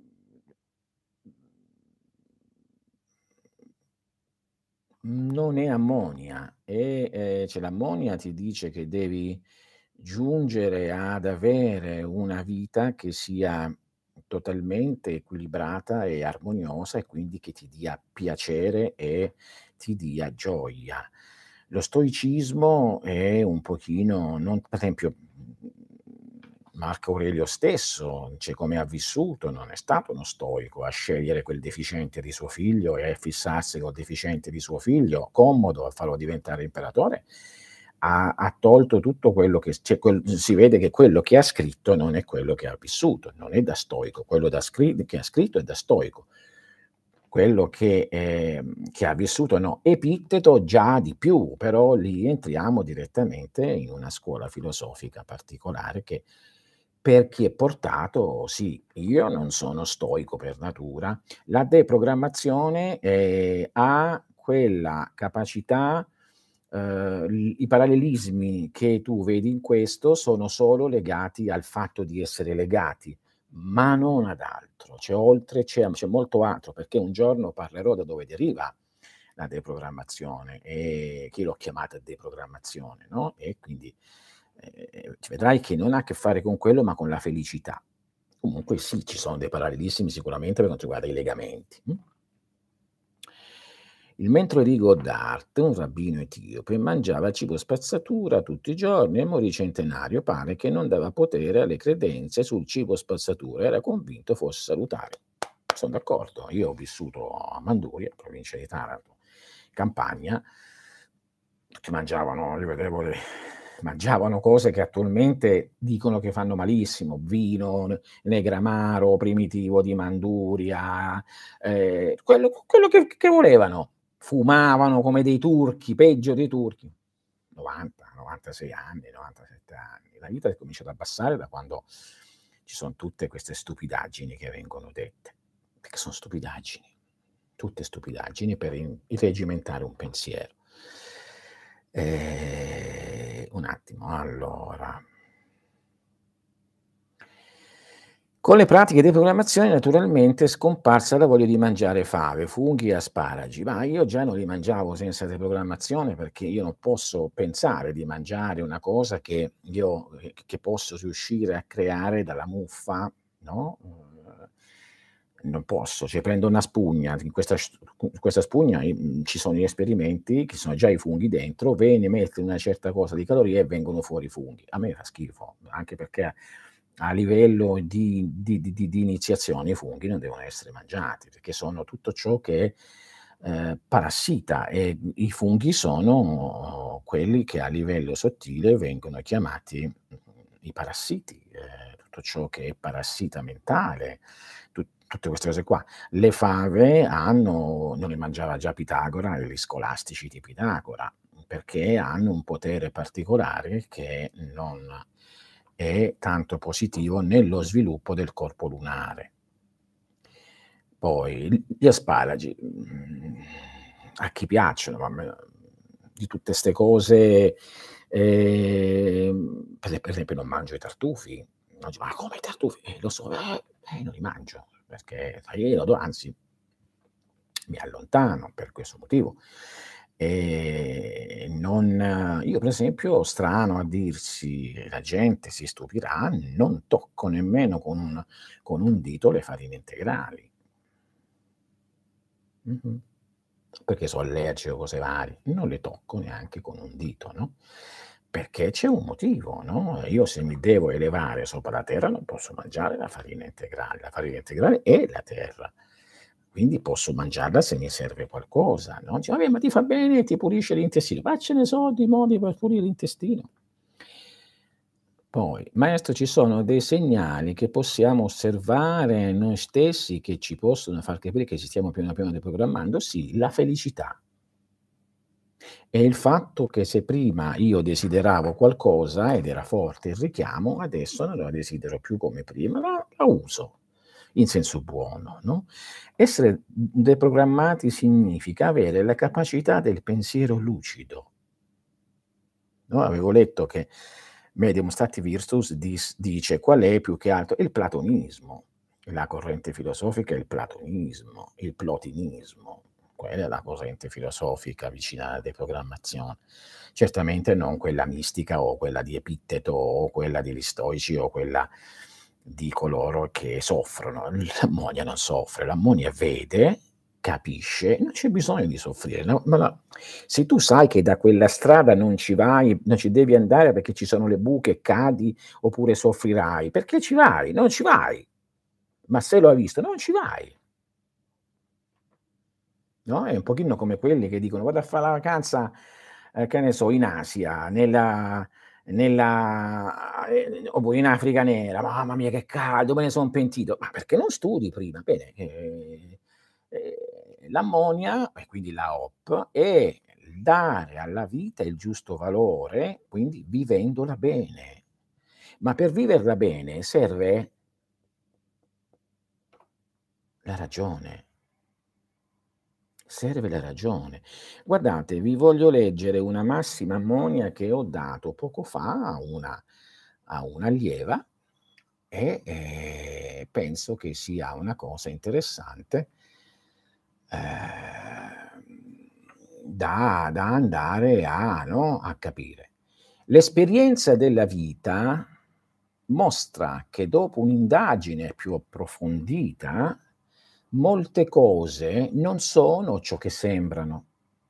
non è ammonia, è ehm, cioè l'ammonia ti dice che devi giungere ad avere una vita che sia totalmente equilibrata e armoniosa e quindi che ti dia piacere e ti dia gioia. Lo stoicismo è un pochino non per esempio, mhmm, Marco Aurelio stesso, cioè come ha vissuto, non è stato uno stoico a scegliere quel deficiente di suo figlio e a fissarsi col deficiente di suo figlio, Commodo, a farlo diventare imperatore, ha ha tolto tutto quello che s cioè quel si vede che quello che ha scritto non è quello che ha vissuto, non è da stoico, quello da scri che ha scritto è da stoico. Quello che ehm, che ha vissuto no. Epitteto già di più, però lì entriamo direttamente in una scuola filosofica particolare che per chi è portato sì, io non sono stoico per natura. La deprogrammazione, ehm, ha quella capacità uhm, l i parallelismi che tu vedi in questo sono solo legati al fatto di essere legati, ma non ad altro. C'è oltre c'è c'è molto altro, perché un giorno parlerò da dove deriva la deprogrammazione e che l'ho chiamata deprogrammazione, no, e quindi, ehm, c vedrai che non ha a che fare con quello, ma con la felicità. Comunque sì, ci sono dei parallelismi sicuramente per quanto riguarda i legamenti, mh? Il mentre Goddard, un rabbino etiope, mangiava cibo spazzatura tutti i giorni e morì centenario. Pare che non dava potere alle credenze sul cibo spazzatura, era convinto fosse salutare. Son d'accordo, io ho vissuto a Manduria, provincia di Taranto, campagna, tutti mangiavano, io vedevo le mangiavano cose che attualmente dicono che fanno malissimo, vino n negramaro, primitivo di Manduria, ehm, quello quello che che volevano. Fumavano come dei turchi, peggio dei turchi. novanta, novantasei anni, novantasette anni. La vita è cominciata a abbassare da quando ci son tutte queste stupidaggini che vengono dette, perché son stupidaggini, tutte stupidaggini per in irreggimentare un pensiero. Ehm, un attimo, allora con le pratiche di programmazione naturalmente è scomparsa la voglia di mangiare fave, funghi e asparagi, ma io già non li mangiavo senza deprogrammazione perché io non posso pensare di mangiare una cosa che io che che posso riuscire a creare dalla muffa, no, uhm, non posso, cioè prendo una spugna, in questa sc cu questa spugna i mhmm, ci sono gli esperimenti, che sono già i funghi dentro, ve ne metti una certa cosa di calorie e vengono fuori i funghi. A me fa schifo, anche perché a livello di di di di di iniziazione i funghi non devono essere mangiati, perché sono tutto ciò che, ehm, parassita e i funghi sono quelli che a livello sottile vengono chiamati, mhmm, i parassiti, ehm, tutto ciò che è parassita mentale, tu tutte queste cose qua. Le fave hanno non le mangiava già Pitagora e gli scolastici di Pitagora, perché hanno un potere particolare che non è tanto positivo nello sviluppo del corpo lunare. Poi l gli asparagi, mhmm, a chi piacciono, ma a me di tutte 'ste cose, ehm, per e per esempio non mangio i tartufi, no dici: "Ma come i tartufi?" Eh, lo so, eh, eh, non li mangio perché sai io do anzi mi allontano per questo motivo. Ehm, non io per esempio, strano a dirsi, e la gente si stupirà, non tocco nemmeno con un con un dito le farine integrali. Mh-mh. Perché so allergico, cose varie, non le tocco neanche con un dito, no, perché c'è un motivo, no, io se mi devo elevare sopra la terra non posso mangiare la farina integrale, la farina integrale è la terra, quindi posso mangiarla se mi serve qualcosa, no, dice: "Vabbè, ma ti fa bene, ti pulisce l'intestino." Ma ce ne so di modi per pulire l'intestino. Poi, maestro, ci sono dei segnali che possiamo osservare noi stessi che ci possono far capire che ci stiamo piano piano deprogrammando? Sì, la felicità. E il fatto che se prima io desideravo qualcosa ed era forte il richiamo, adesso non la desidero più come prima, la la uso in senso buono, no, essere d deprogrammati significa avere la capacità del pensiero lucido. No, avevo letto che Medium Statis Virtus dis dice qual è più che altro il platonismo. La corrente filosofica è il platonismo, il plotinismo, quella è la corrente filosofica vicina alla deprogrammazione. Certamente non quella mistica o quella di Epitteto o quella degli stoici o quella di coloro che soffrono. L'ammonia non soffre, l'ammonia vede, capisce, non c'è bisogno di soffrire, no, ma la se tu sai che da quella strada non ci vai, non ci devi andare perché ci sono le buche, cadi oppure soffrirai, perché ci vai? Non ci vai. Ma se lo hai visto, non ci vai. No, è un pochino come quelli che dicono: "Vado a fa' la vacanza", ehm, che ne so, in Asia, nella nella ehm, oppure in Africa nera. "Mamma mia che caldo, me ne son pentito." Ma perché non studi prima? Bene, ehm, ehm, l'ammonia e quindi la O P è dare alla vita il giusto valore, quindi vivendola bene. Ma per viverla bene serve la ragione. Serve la ragione. Guardate, vi voglio leggere una massima ammonia che ho dato poco fa a una a un'allieva e, ehm, penso che sia una cosa interessante, ehm, da da andare a no, a capire. L'esperienza della vita mostra che dopo un'indagine più approfondita, molte cose non sono ciò che sembrano.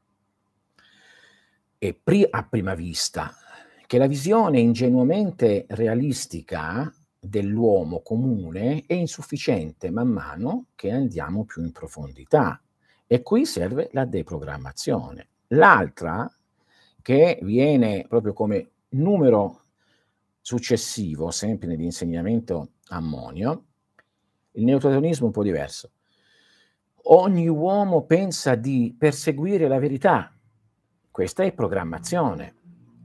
E pri a prima vista, che la visione ingenuamente realistica dell'uomo comune è insufficiente man mano che andiamo più in profondità e qui serve la deprogrammazione. L'altra, che viene proprio come numero successivo, sempre nell'insegnamento ammonio, il neoplatonismo è un po' diverso. Ogni uomo pensa di perseguire la verità. Questa è programmazione.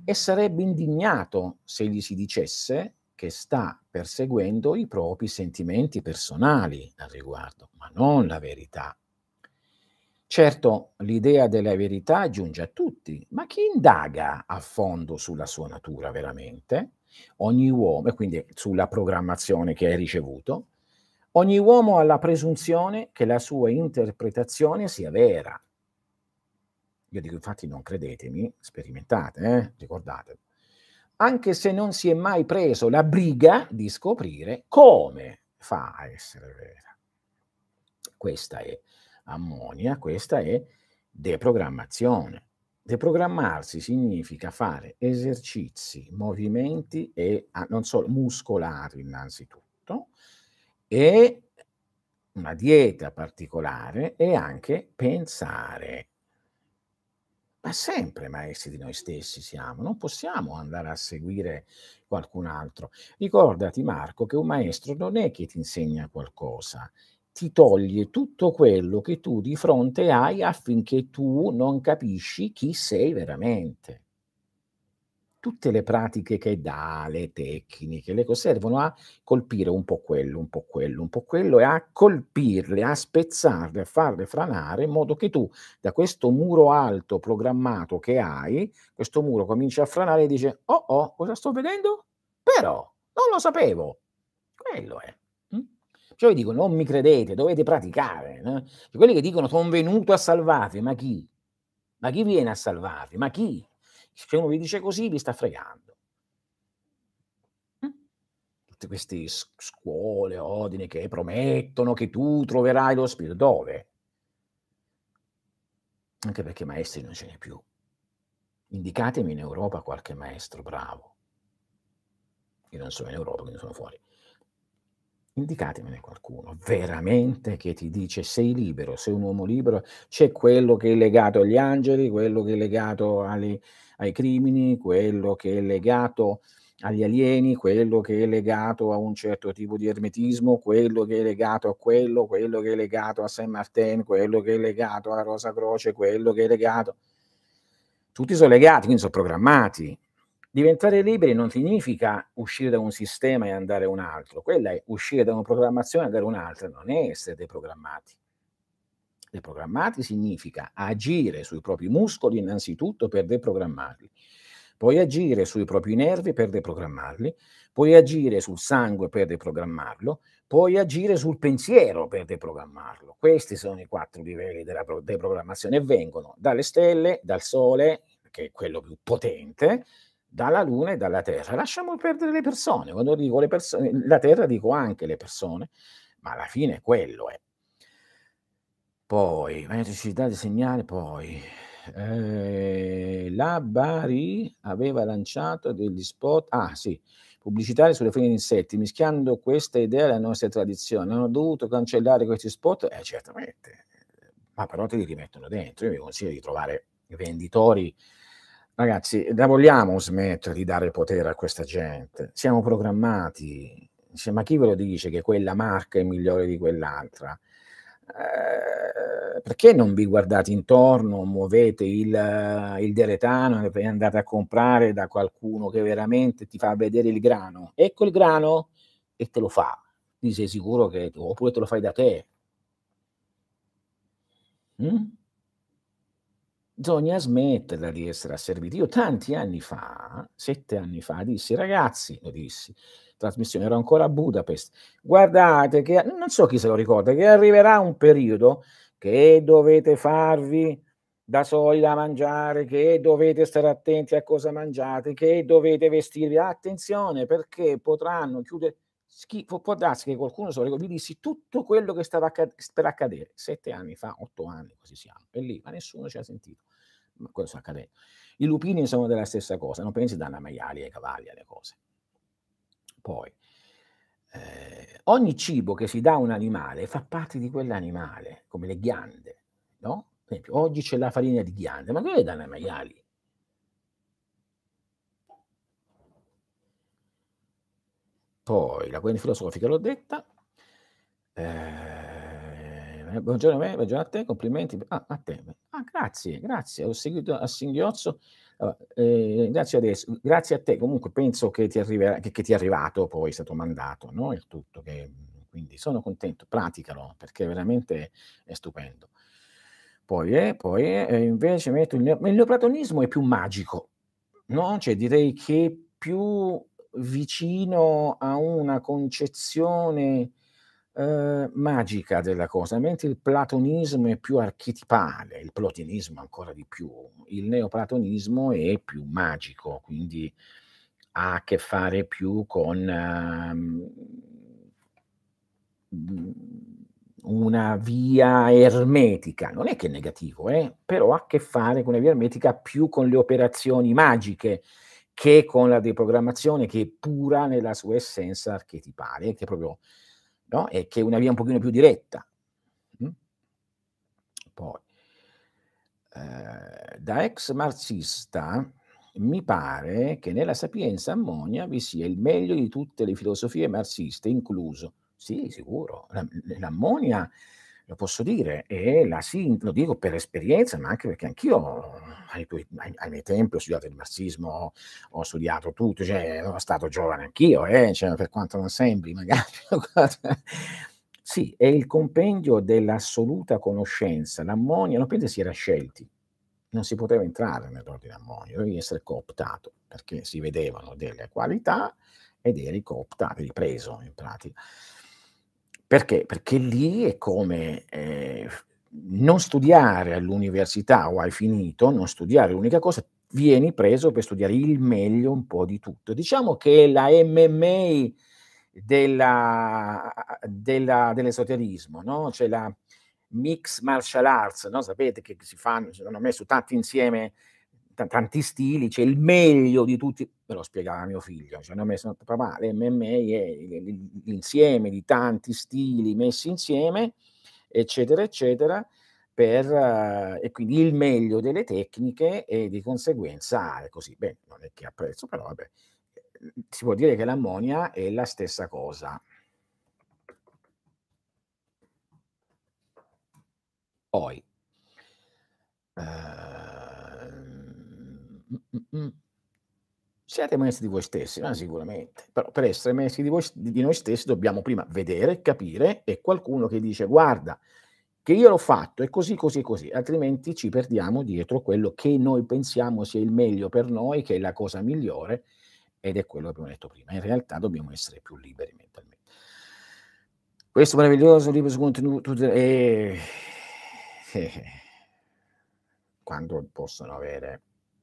e sarebbe indignato se gli si dicesse che sta perseguendo i propri sentimenti personali al riguardo, ma non la verità. Certo, l'idea della verità giunge a tutti, ma chi indaga a fondo sulla sua natura veramente? Ogni uomo, e quindi sulla programmazione che hai ricevuto, ogni uomo ha la presunzione che la sua interpretazione sia vera. Io dico infatti non credetemi, sperimentate, eh, ricordatelo. Anche se non si è mai preso la briga di scoprire come fa a essere vera. Questa è ammonia, questa è deprogrammazione. Deprogrammarsi significa fare esercizi, movimenti e a non solo muscolari innanzitutto, e una dieta particolare e anche pensare. Ma sempre maestri di noi stessi siamo, non possiamo andare a seguire qualcun altro. Ricordati Marco che un maestro non è che ti insegna qualcosa, ti toglie tutto quello che tu di fronte hai affinché tu non capisci chi sei veramente. Tutte le pratiche che dà, le tecniche, le cose servono a colpire un po' quello, un po' quello, un po' quello e a colpirle, a spezzarle, a farle franare in modo che tu da questo muro alto programmato che hai, questo muro comincia a franare e dice: "Oh, oh, cosa sto vedendo? Però non lo sapevo". Quello è. Mh? Cioè io dico: "Non mi credete, dovete praticare", no, quelli che dicono: "Son venuto a salvarvi", ma chi? Ma chi viene a salvarvi? Ma chi? Se uno vi dice così vi sta fregando. Mh. Tutte questi s scuole, ordini che promettono che tu troverai lo spirito. Dove? Anche perché maestri non ce n'è più. Indicatemi in Europa qualche maestro bravo. Io non sono in Europa, quindi sono fuori. Indicatemene qualcuno veramente che ti dice: "Sei libero, sei un uomo libero". C'è quello che è legato agli angeli, quello che è legato ali ai crimini, quello che è legato agli alieni, quello che è legato a un certo tipo di ermetismo, quello che è legato a quello, quello che è legato a Saint Martin, quello che è legato alla Rosa Croce, quello che è legato tutti so legati, quindi so programmati. Diventare liberi non significa uscire da un sistema e andare a un altro, quella è uscire da una programmazione e andare a un'altra, non è essere deprogrammati. Deprogrammati significa agire sui propri muscoli innanzitutto per deprogrammarli, poi agire sui propri nervi per deprogrammarli, poi agire sul sangue per deprogrammarlo, poi agire sul pensiero per deprogrammarlo. Questi sono i quattro livelli della pro deprogrammazione e vengono dalle stelle, dal sole, che è quello più potente, dalla luna e dalla terra. Lasciamo perdere le persone, quando dico le persone la terra dico anche le persone, ma alla fine quello è. Poi elettricità di segnale, poi, ehm, la Bari aveva lanciato degli spot ah sì, pubblicitari sulle farine di insetti, mischiando questa idea alle nostre tradizioni. Hanno dovuto cancellare questi spot? Eh certamente, ma però te li rimettono dentro. Io vi consiglio di trovare venditori ragazzi, la vogliamo smettere di dare potere a questa gente? Siamo programmati. Dice: "Ma chi ve lo dice che quella marca è migliore di quell'altra?" Ehm, perché non vi guardate intorno, muovete il il deretano e andate a comprare da qualcuno che veramente ti fa vedere il grano. "Ecco il grano" e te lo fa. Quindi sei sicuro che oppure te lo fai da te. Mh? Bisogna smetterla di essere asserviti. Io tanti anni fa, sette anni fa, dissi: "Ragazzi", lo dissi, trasmissione, ero ancora a Budapest: "Guardate che" non so chi se lo ricorda, "che arriverà un periodo che dovete farvi da soli da mangiare, che dovete stare attenti a cosa mangiate, che dovete vestirvi. Attenzione perché potranno chiude" schi può può darsi che qualcuno se lo ricordi, vi dissi tutto quello che stava acca s per accadere. sette anni fa, otto anni, così siamo, e lì, ma nessuno ci ha sentito. Ma quello sta accadendo. I lupini sono della stessa cosa, non pensi danno ai maiali, ai cavalli, alle cose. Poi, ehm, ogni cibo che si dà a un animale fa parte di quell'animale, come le ghiande, no, per esempio oggi c'è la farina di ghiande, ma dove le danno ai maiali? Poi la questione filosofica l'ho detta. Ehm, buongiorno a me, buongiorno a te, complimenti ah, a te. Ah, grazie, grazie, ho seguito a singhiozzo Allora, ehm, grazie adesso grazie a te comunque penso che ti arriverà che che ti è arrivato poi, è stato mandato, no, il tutto che mhmm, quindi sono contento. Praticalo, perché veramente è stupendo. Poi eh, poi, ehm, invece metto il neo il neoplatonismo è più magico, no, cioè direi che più vicino a una concezione, ehm, magica della cosa, mentre il platonismo è più archetipale, il plotinismo ancora di più. Il neoplatonismo è più magico, quindi ha a che fare più con, mhmm, mhmm, una via ermetica. Non è che è negativo, eh, però ha a che fare con una via ermetica più con le operazioni magiche che con la deprogrammazione che è pura nella sua essenza archetipale, che è proprio no, è che è una via un pochino più diretta. Mh? Poi, ehm, da ex marxista mi pare che nella Sapienza Ammonia vi sia il meglio di tutte le filosofie marxiste, incluso sì, sicuro, l'am l'ammonia, lo posso dire, è la sin lo dico per esperienza, ma anche perché anch'io ai tuoi ai ai miei tempi ho studiato il marxismo, ho studiato tutto, cioè ero stato giovane anch'io, eh, cioè per quanto non sembri magari. Sì, è il compendio dell'assoluta conoscenza. L'ammonia non penso si era scelti, non si poteva entrare nell'ordine ammonio, dovevi essere cooptato, perché si vedevano delle qualità ed eri cooptato, eri preso in pratica. Perché? Perché lì è come, ehm, f non studiare all'università o hai finito, non studiare l'unica cosa, vieni preso per studiare il meglio un po' di tutto. Diciamo che la M M A della a a della dell'esoterismo, no, c'è la mix martial arts, no, sapete che si fanno sono messi tanti insieme ta tanti stili, c'è il meglio di tutti me lo spiegava mio figlio, cioè hanno messo papà l'M M A è l l l'insieme di tanti stili messi insieme, eccetera, eccetera, per e quindi il meglio delle tecniche e di conseguenza è così. Beh, non è che apprezzo, però vabbè, ehm, si può dire che l'ammonia è la stessa cosa. Poi, ehm, mh, mh, mh. Siete maestri di voi stessi, ah, sicuramente, però per essere maestri di voi s di noi stessi dobbiamo prima vedere, capire e qualcuno che dice: "Guarda che io l'ho fatto, è così, così e così", altrimenti ci perdiamo dietro quello che noi pensiamo sia il meglio per noi, che è la cosa migliore, ed è quello che abbiamo detto prima. In realtà dobbiamo essere più liberi mentalmente. Questo meraviglioso libro su contenuto de ehm, eh, quando possono avere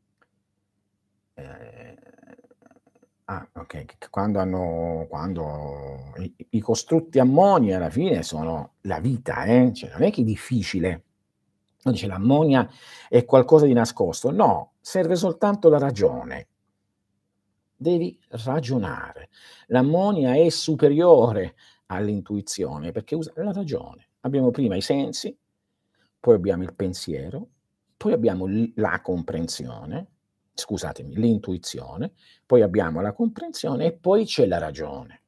Ehm, ah, okay, che che quando hanno quando i i i costrutti ammoni alla fine sono la vita, eh, cioè non è che è difficile. Uno dice: "L'ammonia è qualcosa di nascosto." No, serve soltanto la ragione. Devi ragionare. L'ammonia è superiore all'intuizione perché usa la ragione. Abbiamo prima i sensi, poi abbiamo il pensiero, poi abbiamo l la comprensione, scusatemi, l'intuizione, poi abbiamo la comprensione e poi c'è la ragione.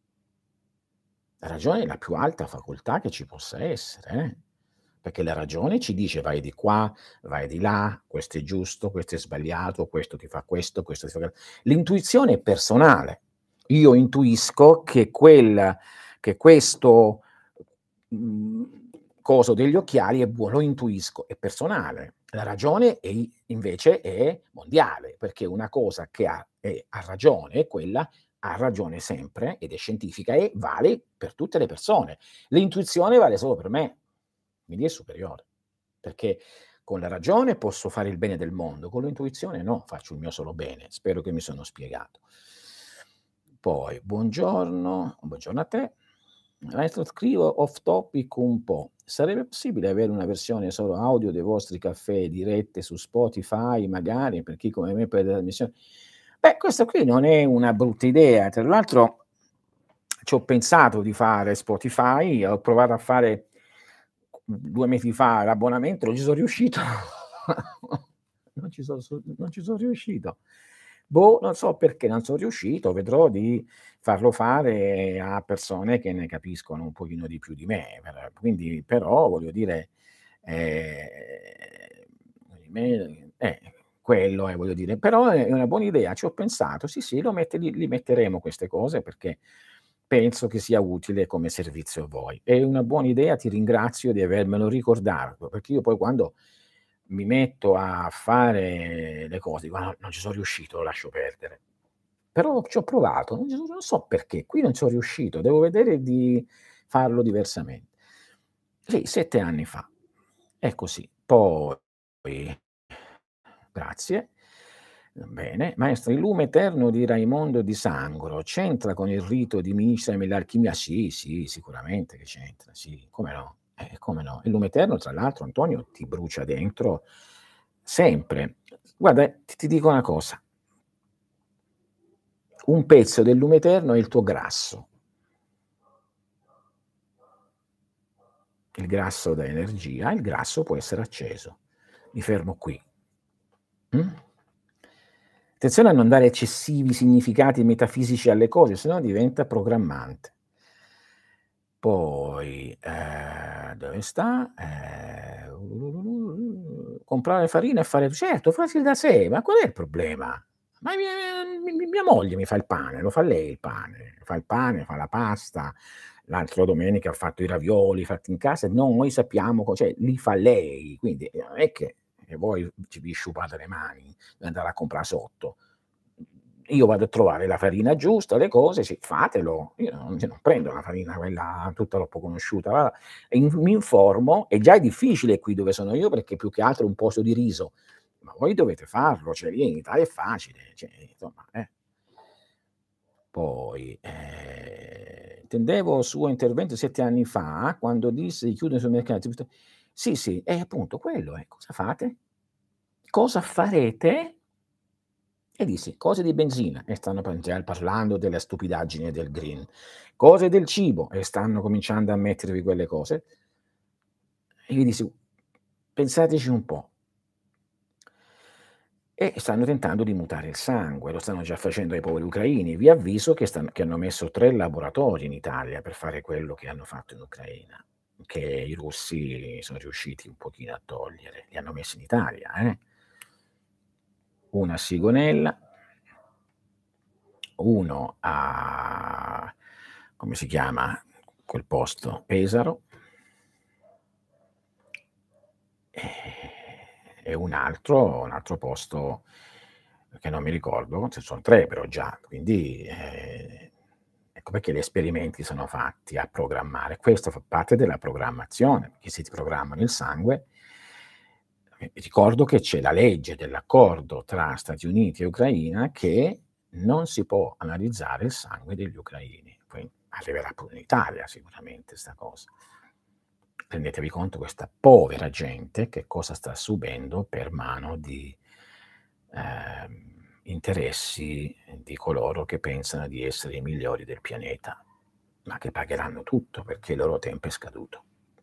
La ragione è la più alta facoltà che ci possa essere, eh, perché la ragione ci dice: "Vai di qua, vai di là, questo è giusto, questo è sbagliato, questo ti fa questo, questo ti fa que". L'intuizione è personale. Io intuisco che quel che questo, mhmm, coso degli occhiali è buo lo intuisco, è personale. La ragione è i invece è mondiale, perché una cosa che ha è ha ragione è quella ha ragione sempre ed è scientifica e vale per tutte le persone. L'intuizione vale solo per me, quindi è superiore, perché con la ragione posso fare il bene del mondo, con l'intuizione no, faccio il mio solo bene. Spero che mi sono spiegato. Poi, buongiorno, buongiorno a te. Adesso scrivo off topic un po'. Sarebbe possibile avere una versione solo audio dei vostri caffè dirette su Spotify, magari per chi come me perde la trasmissione? Beh, questa qui non è una brutta idea. Tra l'altro ci ho pensato di fare Spotify, ho provato a fare due mesi fa l'abbonamento, non ci son riuscito. Non ci son so non ci son riuscito. Boh, non so perché non son riuscito, vedrò di farlo fare a persone che ne capiscono un pochino di più di me, per quindi però voglio dire, ehm, eh, quello è, voglio dire, però è una buona idea, ci ho pensato, sì, sì, lo mette li li metteremo queste cose perché penso che sia utile come servizio a voi. È una buona idea, ti ringrazio di avermelo ricordato, perché io poi quando mi metto a fare le cose dico: "Ah, no, non ci son riuscito, lo lascio perdere". Però ci ho provato, non ci so non so perché, qui non ci sono riuscito, devo vedere di farlo diversamente. Sì, sette anni fa. È così. Poi grazie. Bene. Maestro, il lume eterno di Raimondo di Sangro c'entra con il rito di Missam e l'alchimia? Sì, sì, sicuramente che c'entra, sì, come no, eh, come no. Il lume eterno tra l'altro, Antonio, ti brucia dentro sempre. Guarda, ti ti dico una cosa, un pezzo del lume eterno è il tuo grasso. Il grasso dà energia, il grasso può essere acceso. Mi fermo qui. Mh? Attenzione a non dare eccessivi significati metafisici alle cose, se no diventa programmante. Poi, ehm, dove sta? Ehm, comprare farina e fare certo, facile da sé, ma qual è il problema? Ma mia mi mi mia moglie mi fa il pane, lo fa lei il pane, fa il pane, fa la pasta, l'altro domenica ha fatto i ravioli fatti in casa e noi sappiamo co cioè li fa lei, quindi, ehm, non è che che voi ci vi sciupate le mani e andare a comprà sotto. Io vado a trovare la farina giusta, le cose, sì, fatelo. Io non io non prendo la farina quella tutta troppo conosciuta, va e in mi informo e già è difficile qui dove sono io perché più che altro è un posto di riso, ma voi dovete farlo, cioè lì in Italia è facile, cioè insomma, eh. Poi, ehm, intendevo suo intervento sette anni fa quando disse di chiudere i supermercati sì, sì, eh appunto quello è. Cosa fate? Cosa farete? E dissi: "Cose di benzina" e stanno pan già parlando della stupidaggine del green. Cose del cibo e stanno cominciando a mettervi quelle cose. E gli dissi: "Pensateci un po'". E stanno tentando di mutare il sangue, lo stanno già facendo ai poveri ucraini. Vi avviso che stan che hanno messo tre laboratori in Italia per fare quello che hanno fatto in Ucraina, che i russi sono riusciti un pochino a togliere. Li hanno messi in Italia, eh. Uno a Sigonella, uno a come si chiama quel posto? Pesaro e e un altro un altro posto che non mi ricordo, ce son tre però già, quindi, ehm, ecco perché gli esperimenti sono fatti a programmare. Questo fa parte della programmazione, perché se ti programmano il sangue eh, ricordo che c'è la legge dell'accordo tra Stati Uniti e Ucraina che non si può analizzare il sangue degli ucraini. Poi arriverà pure in Italia sicuramente 'sta cosa. Rendetevi conto questa povera gente che cosa sta subendo per mano di, ehm, interessi di coloro che pensano di essere i migliori del pianeta, ma che pagheranno tutto perché il loro tempo è scaduto.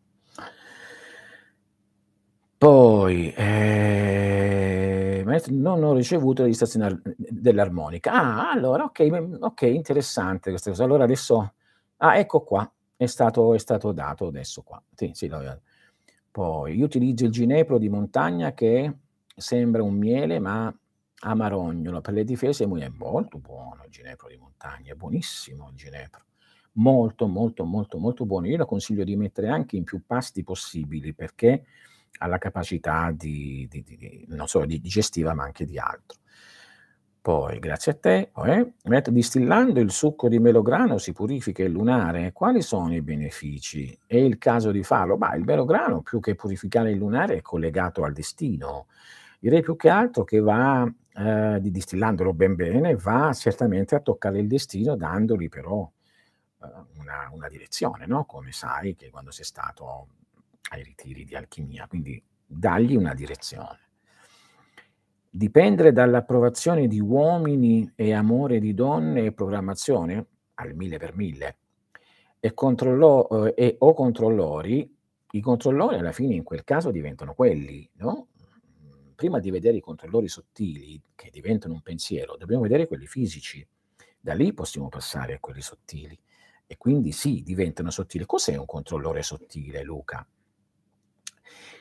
Poi, ehm, maestro non ho ricevuto la registrazione ar dell'armonica. Ah, allora okay, m okay, interessante questa cosa. Allora adesso ah, ecco qua, è stato è stato dato adesso qua. Sì, sì, lo poi io utilizzo il ginepro di montagna che sembra un miele, ma amarognolo. Per le difese è mu è molto buono il ginepro di montagna, è buonissimo il ginepro. Molto, molto, molto, molto buono. Io lo consiglio di mettere anche in più pasti possibili perché ha la capacità di di di di non solo di digestiva, ma anche di altro. Poi grazie a te, poi metto distillando il succo di melograno si purifica il lunare? Quali sono i benefici? È il caso di farlo? Mah, il melograno più che purificare il lunare è collegato al destino. Direi più che altro che va, ehm, di distillandolo ben bene, va certamente a toccare il destino dandogli però, uhm, una una direzione, no, come sai che quando sei stato ai ritiri di alchimia, quindi dagli una direzione. Dipendere dall'approvazione di uomini e amore di donne e programmazione? Al mille per mille. E controllo uhm, e o controllori, i controllori alla fine in quel caso diventano quelli, no, mhmm, prima di vedere i controllori sottili che diventano un pensiero, dobbiamo vedere quelli fisici. Da lì possiamo passare a quelli sottili e quindi sì, diventano sottili. Cos'è un controllore sottile, Luca?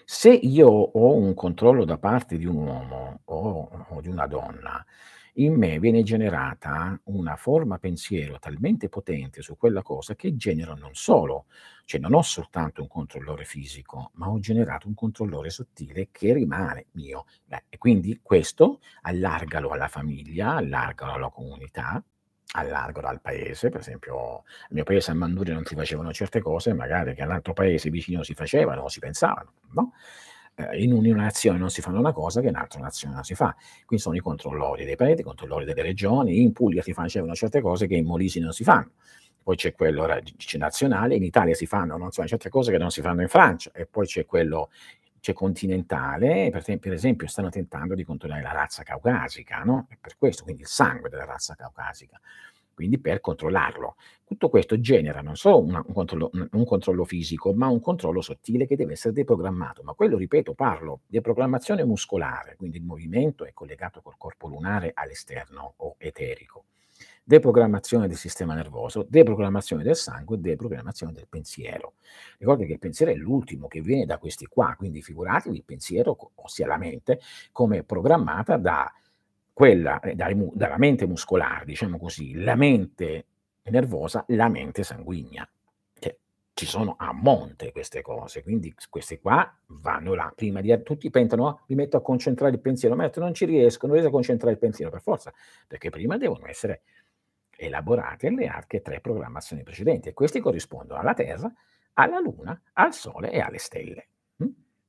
Se io ho un controllo da parte di un uomo o o di una donna, in me viene generata una forma pensiero talmente potente su quella cosa che genera non solo cioè non ho soltanto un controllore fisico, ma ho generato un controllore sottile che rimane mio. Beh, e quindi questo allargalo alla famiglia, allargalo alla comunità, allargalo al paese. Per esempio, al mio paese a Manduria non si facevano certe cose, magari che all'altro paese vicino si facevano o si pensavano, no, ehm, in un in una nazione non si fanno una cosa che in un'altra nazione non si fa. Qui sono i controllori dei preti, i controllori delle regioni, in Puglia si facevano certe cose che in Molise non si fanno. Poi c'è quello ra dice nazionale, in Italia si fanno, non so, certe cose che non si fanno in Francia, e poi c'è quello c'è continentale, per esem per esempio stanno tentando di controllare la razza caucasica, no, è per questo, quindi il sangue della razza caucasica, quindi per controllarlo. Tutto questo genera non solo una un controllo un un controllo fisico, ma un controllo sottile che deve essere deprogrammato. Ma quello, ripeto, parlo deprogrammazione muscolare, quindi il movimento è collegato col corpo lunare all'esterno o eterico. Deprogrammazione del sistema nervoso, deprogrammazione del sangue, deprogrammazione del pensiero. Ricordi che il pensiero è l'ultimo che viene da questi qua, quindi figuratevi il pensiero, co ossia la mente, come è programmata da quella ehm, dai mu dalla mente muscolare, diciamo così, la mente nervosa, la mente sanguigna. Cioè, ci sono a monte queste cose, quindi s queste qua vanno là. Prima di a tutti pensano: "Ah, mi metto a concentrare il pensiero", ma non ci riesco, non riesco a concentrare il pensiero, per forza, perché prima devono essere elaborate le altre tre programmazioni precedenti, e questi corrispondono alla Terra, alla Luna, al Sole e alle stelle. Mh?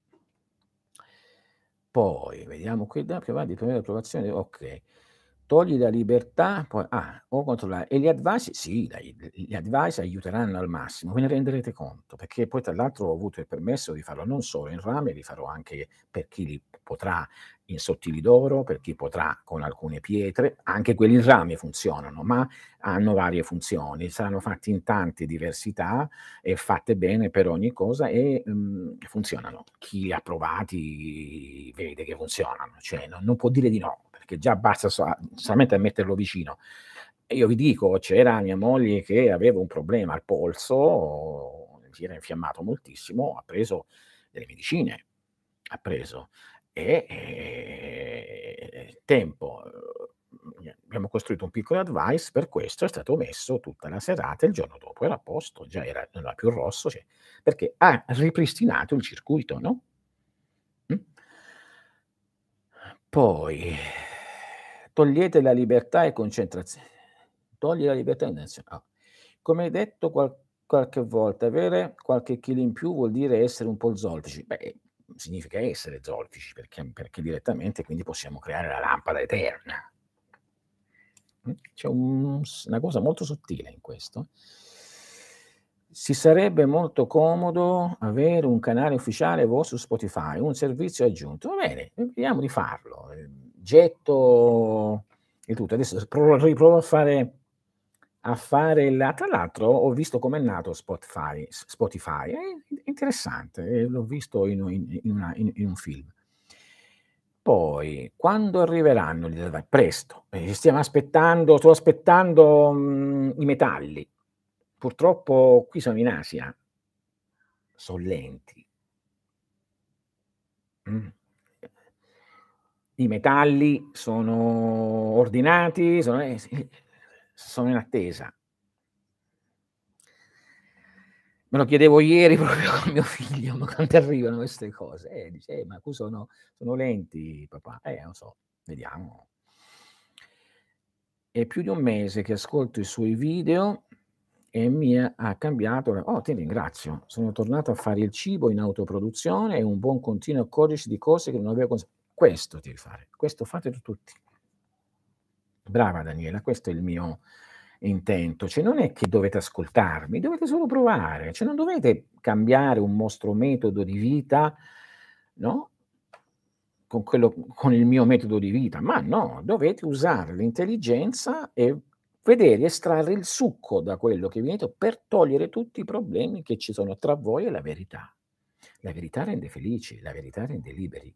Poi vediamo qui da più avanti, prima approvazione, okay. Togli la libertà, poi ah, o controllare e gli advice sì, dai, gli advice aiuteranno al massimo, ve ne renderete conto, perché poi tra l'altro ho avuto il permesso di farlo non solo in rame, li farò anche per chi li potrà in sottili d'oro, per chi potrà con alcune pietre, anche quelli in rame funzionano, ma hanno varie funzioni, saranno fatti in tante diversità e fatte bene per ogni cosa e, mhmm, funzionano. Chi li ha provati vede che funzionano, cioè non non può dire di no, perché già basta so a solamente a metterlo vicino. E io vi dico, c'era mia moglie che aveva un problema al polso, si era infiammato moltissimo, ha preso delle medicine, ha preso e, ehm, tempo, uhm, abbiamo costruito un piccolo advice per questo, è stato messo tutta la serata, il giorno dopo era a posto, già era non era più rosso, cioè perché ha ripristinato il circuito, no? Mh. Poi togliete la libertà e concentrazio togli la libertà e ah. Come hai detto qual qualche volta, avere qualche chilo in più vuol dire essere un po' zolfici. Beh, significa essere zolfici, perché perché direttamente quindi possiamo creare la lampada eterna. Mh, c'è un s una cosa molto sottile in questo. Si sarebbe molto comodo avere un canale ufficiale vo su Spotify, un servizio aggiunto. Va bene, vediamo di farlo. Ehm, getto il tutto. Adesso s provo riprovo a fare a fare la tra l'altro ho visto com'è nato Spotfy S Spotify, è in interessante, ehm, l'ho visto in u in in una in in un film. Poi, quando arriveranno gli deve presto, ehm, stiamo aspettando sto aspettando, mhmm, i metalli. Purtroppo qui sono in Asia, son lenti. Mh. I metalli sono ordinati, sono eh sì, sono in attesa. Me lo chiedevo ieri proprio con mio figlio, ma quando arrivano queste cose? Eh, dice: "Eh, ma qui sono sono lenti papà". Eh, lo so, vediamo. È più di un mese che ascolto i suoi video e mi ha ha cambiato la oh, ti ringrazio. Sono tornato a fare il cibo in autoproduzione e un buon continuo accorgersi di cose che non avevo cons questo devi fare, questo fatelo tutti. Brava Daniela, questo è il mio intento. Cioè non è che dovete ascoltarmi, dovete solo provare, cioè non dovete cambiare un vostro metodo di vita, no, con quello con il mio metodo di vita, ma no, dovete usare l'intelligenza e vedere, estrarre il succo da quello che vi detto per togliere tutti i problemi che ci sono tra voi e la verità. La verità rende felici, la verità rende liberi.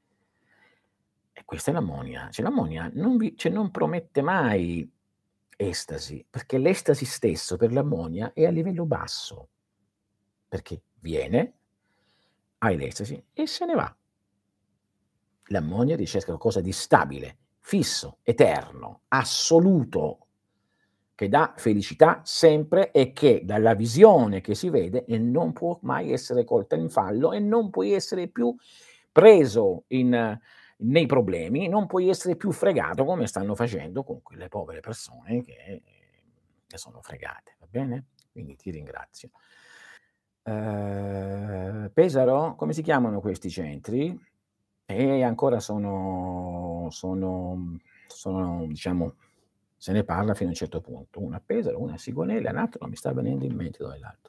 E questa è l'ammonia. Cioè l'ammonia non vi cioè non promette mai estasi, perché l'estasi stesso per l'ammonia è a livello basso, perché viene, Hai l'ecstasy e se ne va. L'ammonia ricerca qualcosa di stabile, fisso, eterno, assoluto, che dà felicità sempre e che dalla visione che si vede e non può mai essere colta in fallo e non puoi essere più preso in nei problemi, non puoi essere più fregato come stanno facendo con quelle povere persone che che sono fregate, va bene? Quindi ti ringrazio. Ehm, Pesaro? Come si chiamano questi centri? Eh, ancora sono sono mhmm, sono diciamo se ne parla fino a un certo punto. Uno a Pesaro, uno a Sigonella, l'altro non mi sta venendo in mente dov'è l'altro.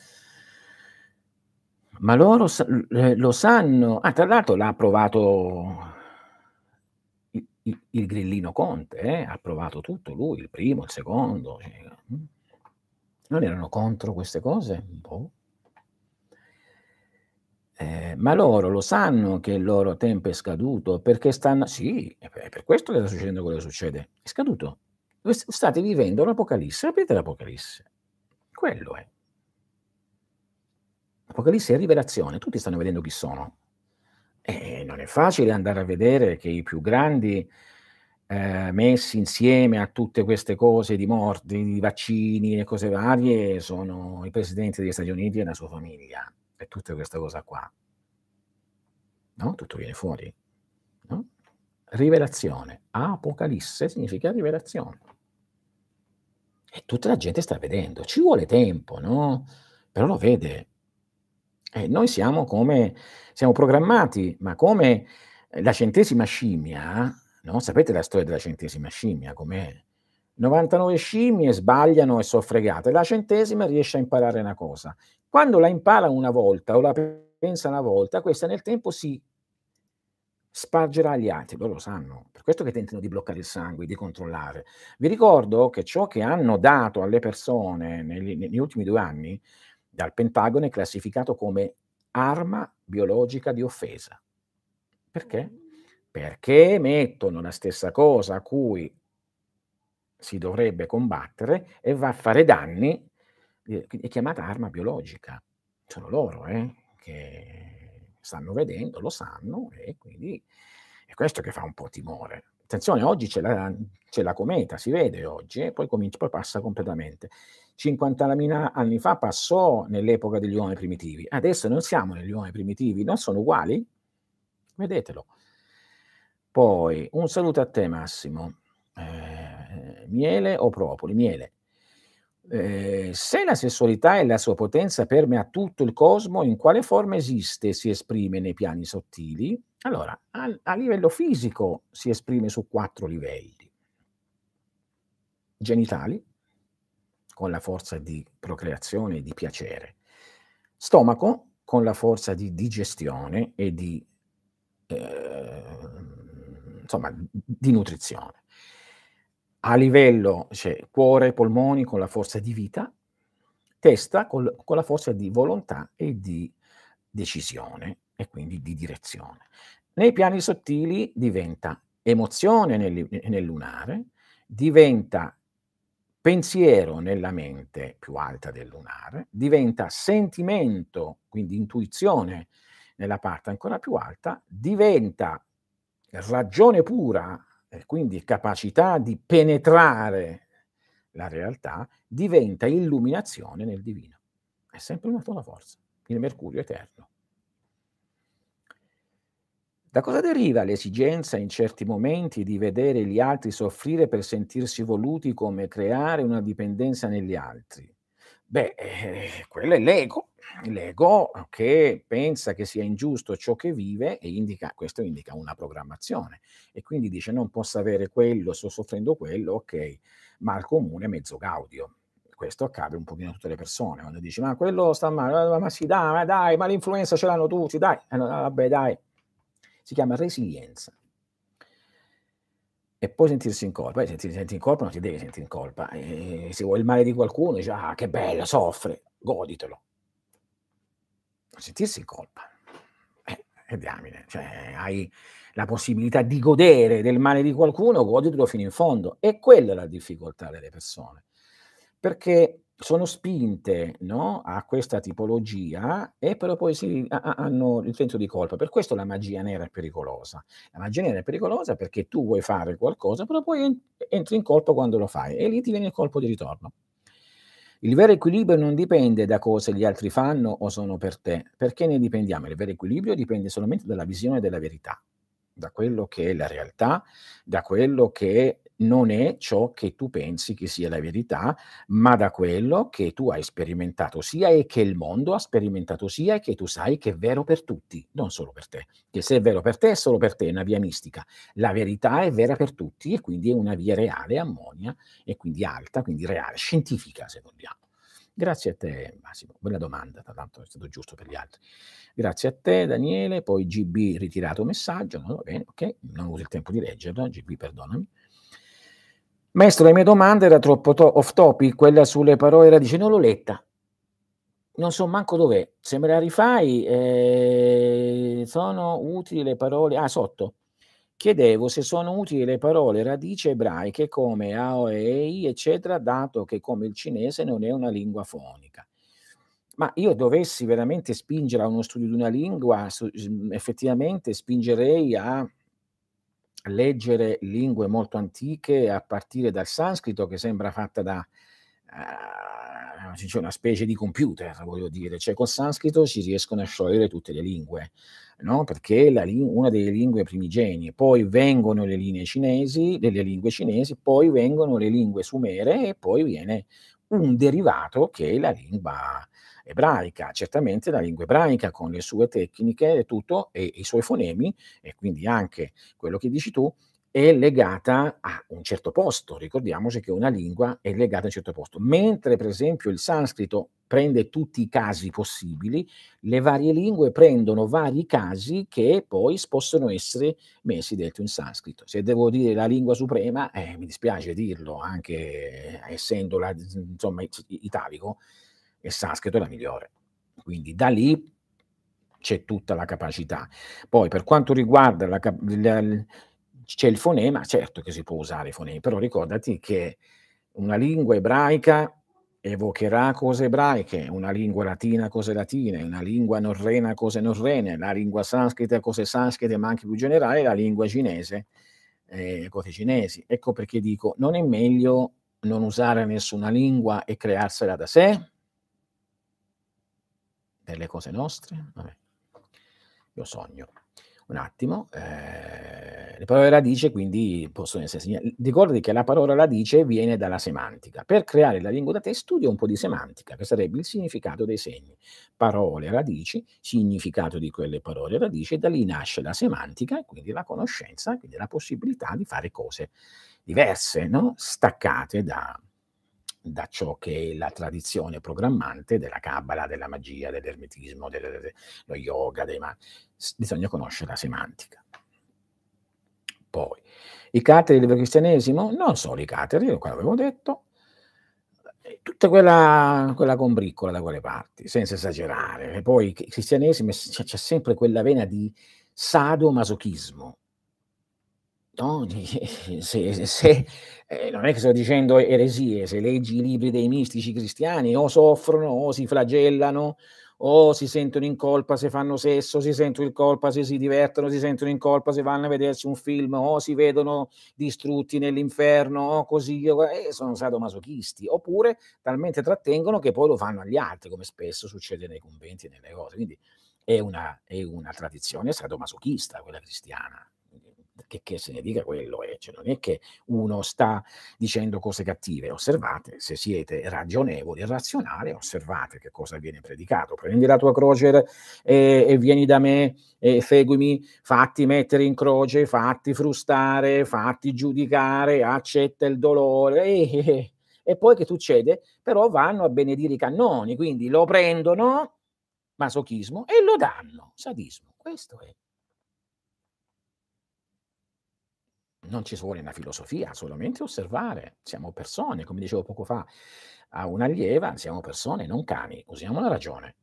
Ma loro sa l ehm, lo sanno ah, tra l'altro l'ha approvato i i il grillino Conte, eh, ha approvato tutto lui, il primo, il secondo, cioè, mh. Non erano contro queste cose? Boh. Ehm, ma loro lo sanno che il loro tempo è scaduto perché stanno sì, è per è per questo che sta succedendo quello che succede. È scaduto. Voi s state vivendo l'Apocalisse, sapete l'Apocalisse? Quello è. L'Apocalisse è rivelazione, tutti stanno vedendo chi sono. Eh, non è facile andare a vedere che i più grandi, ehm, messi insieme a tutte queste cose di morti, di vaccini e cose varie, sono il presidente degli Stati Uniti e la sua famiglia e tutta questa cosa qua. No, tutto viene fuori, no? Rivelazione. Apocalisse significa rivelazione. E tutta la gente sta vedendo. Ci vuole tempo, no, però lo vede. E noi siamo come siamo programmati, ma come, ehm, la centesima scimmia, no, sapete la storia della centesima scimmia com'è? novantanove scimmie sbagliano e so' fregate, la centesima riesce a imparare una cosa. Quando la impara una volta o la pensa una volta, questa nel tempo si spargerà agli altri, loro lo sanno. Per questo che tentano di bloccare il sangue, di controllare. Vi ricordo che ciò che hanno dato alle persone negli negli ultimi due anni dal Pentagono è classificato come arma biologica di offesa. Perché? Perché mettono la stessa cosa a cui si dovrebbe combattere e va a fare danni, ehm, è chiamata arma biologica. Sono loro, eh, che stanno vedendo, lo sanno e quindi è questo che fa un po' timore. Attenzione, oggi c'è la c'è la cometa, si vede oggi, e poi cominc poi passa completamente. cinquantamila anni fa passò nell'epoca degli uomini primitivi. Adesso non siamo negli uomini primitivi, non sono uguali? Vedetelo. Poi un saluto a te Massimo. Ehm, miele o propoli? Miele. Ehm, se la sessualità e la sua potenza permea tutto il cosmo, in quale forma esiste e si esprime nei piani sottili? Allora, al a livello fisico si esprime su quattro livelli: genitali, con la forza di procreazione e di piacere; stomaco, con la forza di digestione e di ehm, insomma, d di nutrizione. A livello c'è cuore, polmoni con la forza di vita, testa col con la forza di volontà e di decisione e quindi di direzione. Nei piani sottili diventa emozione nel nel lunare, diventa pensiero nella mente più alta del lunare, diventa sentimento, quindi intuizione nella parte ancora più alta, diventa ragione pura e quindi capacità di penetrare la realtà, diventa illuminazione nel divino. È sempre una sola forza, il mercurio eterno. Da cosa deriva l'esigenza in certi momenti di vedere gli altri soffrire per sentirsi voluti, come creare una dipendenza negli altri? Beh, eh, quello è l'ego. L'ego che pensa che sia ingiusto ciò che vive e indica questo indica una programmazione e quindi dice: "Non posso avere quello, sto soffrendo quello, okay, mal comune mezzo gaudio." Questo accade un pochino a tutte le persone, quando dici: "Ma quello sta male", "Ma sì dai, ma dai, ma l'influenza ce l'hanno tutti, dai." "Eh no, vabbè dai." Si chiama resilienza. E poi sentirsi in colpa. Eh, se ti senti in colpa non ti devi sentire in colpa. Ehm, se vuoi il male di qualcuno dici: "Ah, che bello, soffre." Goditelo. Non sentirsi in colpa. Eh, e diamine, cioè hai la possibilità di godere del male di qualcuno, goditelo fino in fondo. E quella è la difficoltà delle persone. Perché sono spinte, no, a questa tipologia e però poi si ha ha hanno il senso di colpa. Per questo la magia nera è pericolosa. La magia nera è pericolosa perché tu vuoi fare qualcosa, però poi en entri in colpa quando lo fai e lì ti viene il colpo di ritorno. Il vero equilibrio non dipende da cosa gli altri fanno o sono per te. Perché ne dipendiamo? Il vero equilibrio dipende solamente dalla visione della verità, da quello che è la realtà, da quello che non è ciò che tu pensi che sia la verità, ma da quello che tu hai sperimentato sia e che il mondo ha sperimentato sia e che tu sai che è vero per tutti, non solo per te. Che se è vero per te è solo per te, è una via mistica. La verità è vera per tutti e quindi è una via reale, ammonia, e quindi alta, quindi reale, scientifica se vogliamo. Grazie a te Massimo, bella domanda, tra l'altro è stato giusto per gli altri. Grazie a te Daniele, poi G B ritirato messaggio, no, va bene, okay, non ho avuto il tempo di leggerlo, G B perdonami. Maestro, la mia domanda era troppo to off topic, quella sulle parole radici, non l'ho letta. Non so manco dov'è. Se me la rifai, ehm, sono utili le parole ah, sotto. Chiedevo se sono utili le parole radici ebraiche come ao, ei, eccetera, dato che come il cinese non è una lingua fonica. Ma io dovessi veramente spingere a uno studio di una lingua, su s mhmm, effettivamente spingerei a leggere lingue molto antiche a partire dal sanscrito che sembra fatta da uhm, c c'è una specie di computer, voglio dire, cioè col sanscrito si riescono a sciogliere tutte le lingue, no, perché è la lin una delle lingue primigenie. Poi vengono le linee cinesi delle lingue cinesi, poi vengono le lingue sumere e poi viene un derivato che è la lingua ebraica. Certamente la lingua ebraica con le sue tecniche e tutto e i suoi fonemi e quindi anche quello che dici tu, è legata a un certo posto. Ricordiamoci che una lingua è legata a un certo posto. Mentre per esempio il sanscrito prende tutti i casi possibili, le varie lingue prendono vari casi che poi s possono essere messi dentro in sanscrito. Se devo dire la lingua suprema, eh, mi dispiace dirlo, anche essendo la z insomma it italico, il sanscrito è la migliore. Quindi da lì c'è tutta la capacità. Poi per quanto riguarda la cap il l c'è il fonema, certo che si può usare i fonemi, però ricordati che una lingua ebraica evocherà cose ebraiche, una lingua latina cose latine, una lingua norrena cose norrene, la lingua sanscrita cose sanscrite, ma anche più generale la lingua cinese, ehm, cose cinesi. Ecco perché dico: non è meglio non usare nessuna lingua e crearsela da sé? Delle cose nostre? Vabbè. Io sogno. Un attimo, ehm, le parole radice quindi possono essere segna ricordati che la parola radice viene dalla semantica. Per creare la lingua da te studia un po' di semantica, che sarebbe il significato dei segni. Parole radici, significato di quelle parole radici e da lì nasce la semantica e quindi la conoscenza, quindi la possibilità di fare cose diverse, no, staccate da da ciò che è la tradizione programmante della cabala, della magia, dell'ermetismo, del de lo yoga, dei ma s bisogna conoscere la semantica. Poi, i catteri del cristianesimo? Non solo i catteri, qua l'avevo detto, e tutta quella quella combriccola da quelle parti, senza esagerare. E poi c il cristianesimo è s c'è c'è sempre quella vena di sadomasochismo. No, di se se ehm, non è che sto dicendo eresie, se leggi i libri dei mistici cristiani o soffrono o si flagellano o si sentono in colpa se fanno sesso, si sentono in colpa se si divertono, si sentono in colpa se vanno a vedersi un film o si vedono distrutti nell'inferno o così, o e sono sadomasochisti, oppure talmente trattengono che poi lo fanno agli altri, come spesso succede nei conventi e nelle cose. Quindi è una è una tradizione sadomasochista quella cristiana. Che che se ne dica quello è, cioè non è che uno sta dicendo cose cattive, osservate, se siete ragionevoli e razionali, osservate che cosa viene predicato. Prendi la tua croce e e vieni da me e seguimi, fatti mettere in croce, fatti frustare, fatti giudicare, accetta il dolore, eh, eh, eh. E poi che succede? Però vanno a benedire i cannoni, quindi lo prendono, masochismo, e lo danno, sadismo. Questo è. Non ci vuole una filosofia, solamente osservare. Siamo persone, come dicevo poco fa a un'allieva, siamo persone, non cani, usiamo la ragione.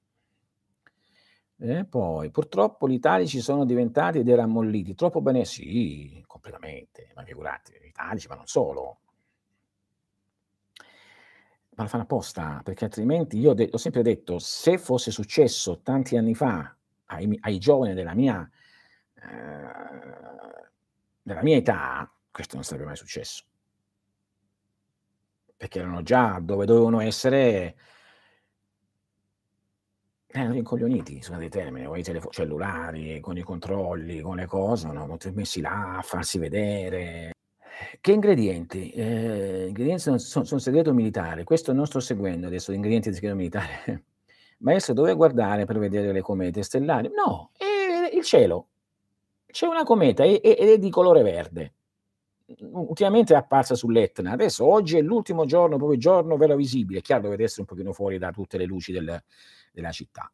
E poi, purtroppo gli italici sono diventati dei rammolliti. Troppo bene sì, completamente, ma figurati, gli italici, ma non solo. Ma lo fanno apposta, perché altrimenti io ho de ho sempre detto: "Se fosse successo tanti anni fa ai mi ai giovani della mia ehm, della mia età, questo non sarebbe mai successo." Perché erano già dove dovevano essere erano rincoglioniti, scusate il termine, con i telefo cellulari, con i controlli, con le cose, erano tutti messi là a farsi vedere. Che ingredienti? Ehm, ingredienti son son son segreto militare. Questo non sto seguendo adesso gli ingredienti del segreto militare. Maestro dove guardare per vedere le comete stellari? No, ehm, il cielo. C'è una cometa e e ed è di colore verde. U ultimamente è apparsa sull'Etna. Adesso oggi è l'ultimo giorno, proprio il giorno vero visibile. È chiaro, dovete essere un pochino fuori da tutte le luci del della città.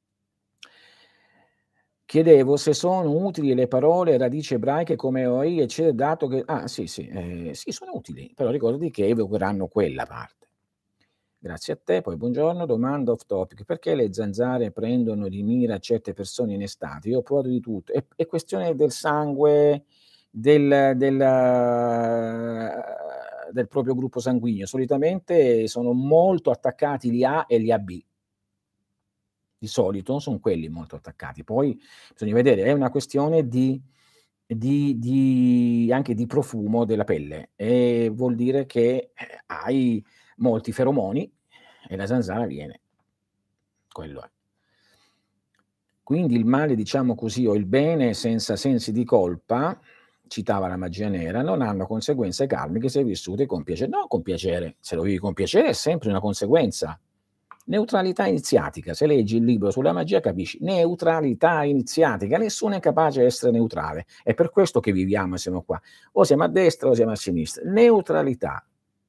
Chiedevo se sono utili le parole radici ebraiche come Oi, ecce dato che ah sì, sì, ehm, sì sono utili, però ricordati che evocheranno quella parte. Grazie a te, poi buongiorno, domanda off topic: perché le zanzare prendono di mira certe persone in estate? Io ho provato di tutto. È è questione del sangue, del del del proprio gruppo sanguigno. Solitamente sono molto attaccati gli A e gli A B. Di solito son quelli molto attaccati. Poi bisogna vedere, è una questione di di di anche di profumo della pelle, e vuol dire che, eh, hai molti feromoni e la zanzara viene. Quello è. Quindi il male, diciamo così, o il bene senza sensi di colpa, citava la magia nera, non hanno conseguenze karmiche se vissute con piace no con piacere, se lo vivi con piacere è sempre una conseguenza. Neutralità iniziatica, se leggi il libro sulla magia capisci, neutralità iniziatica, nessuno è capace di essere neutrale. È per questo che viviamo e siamo qua. O siamo a destra o siamo a sinistra. Neutralità.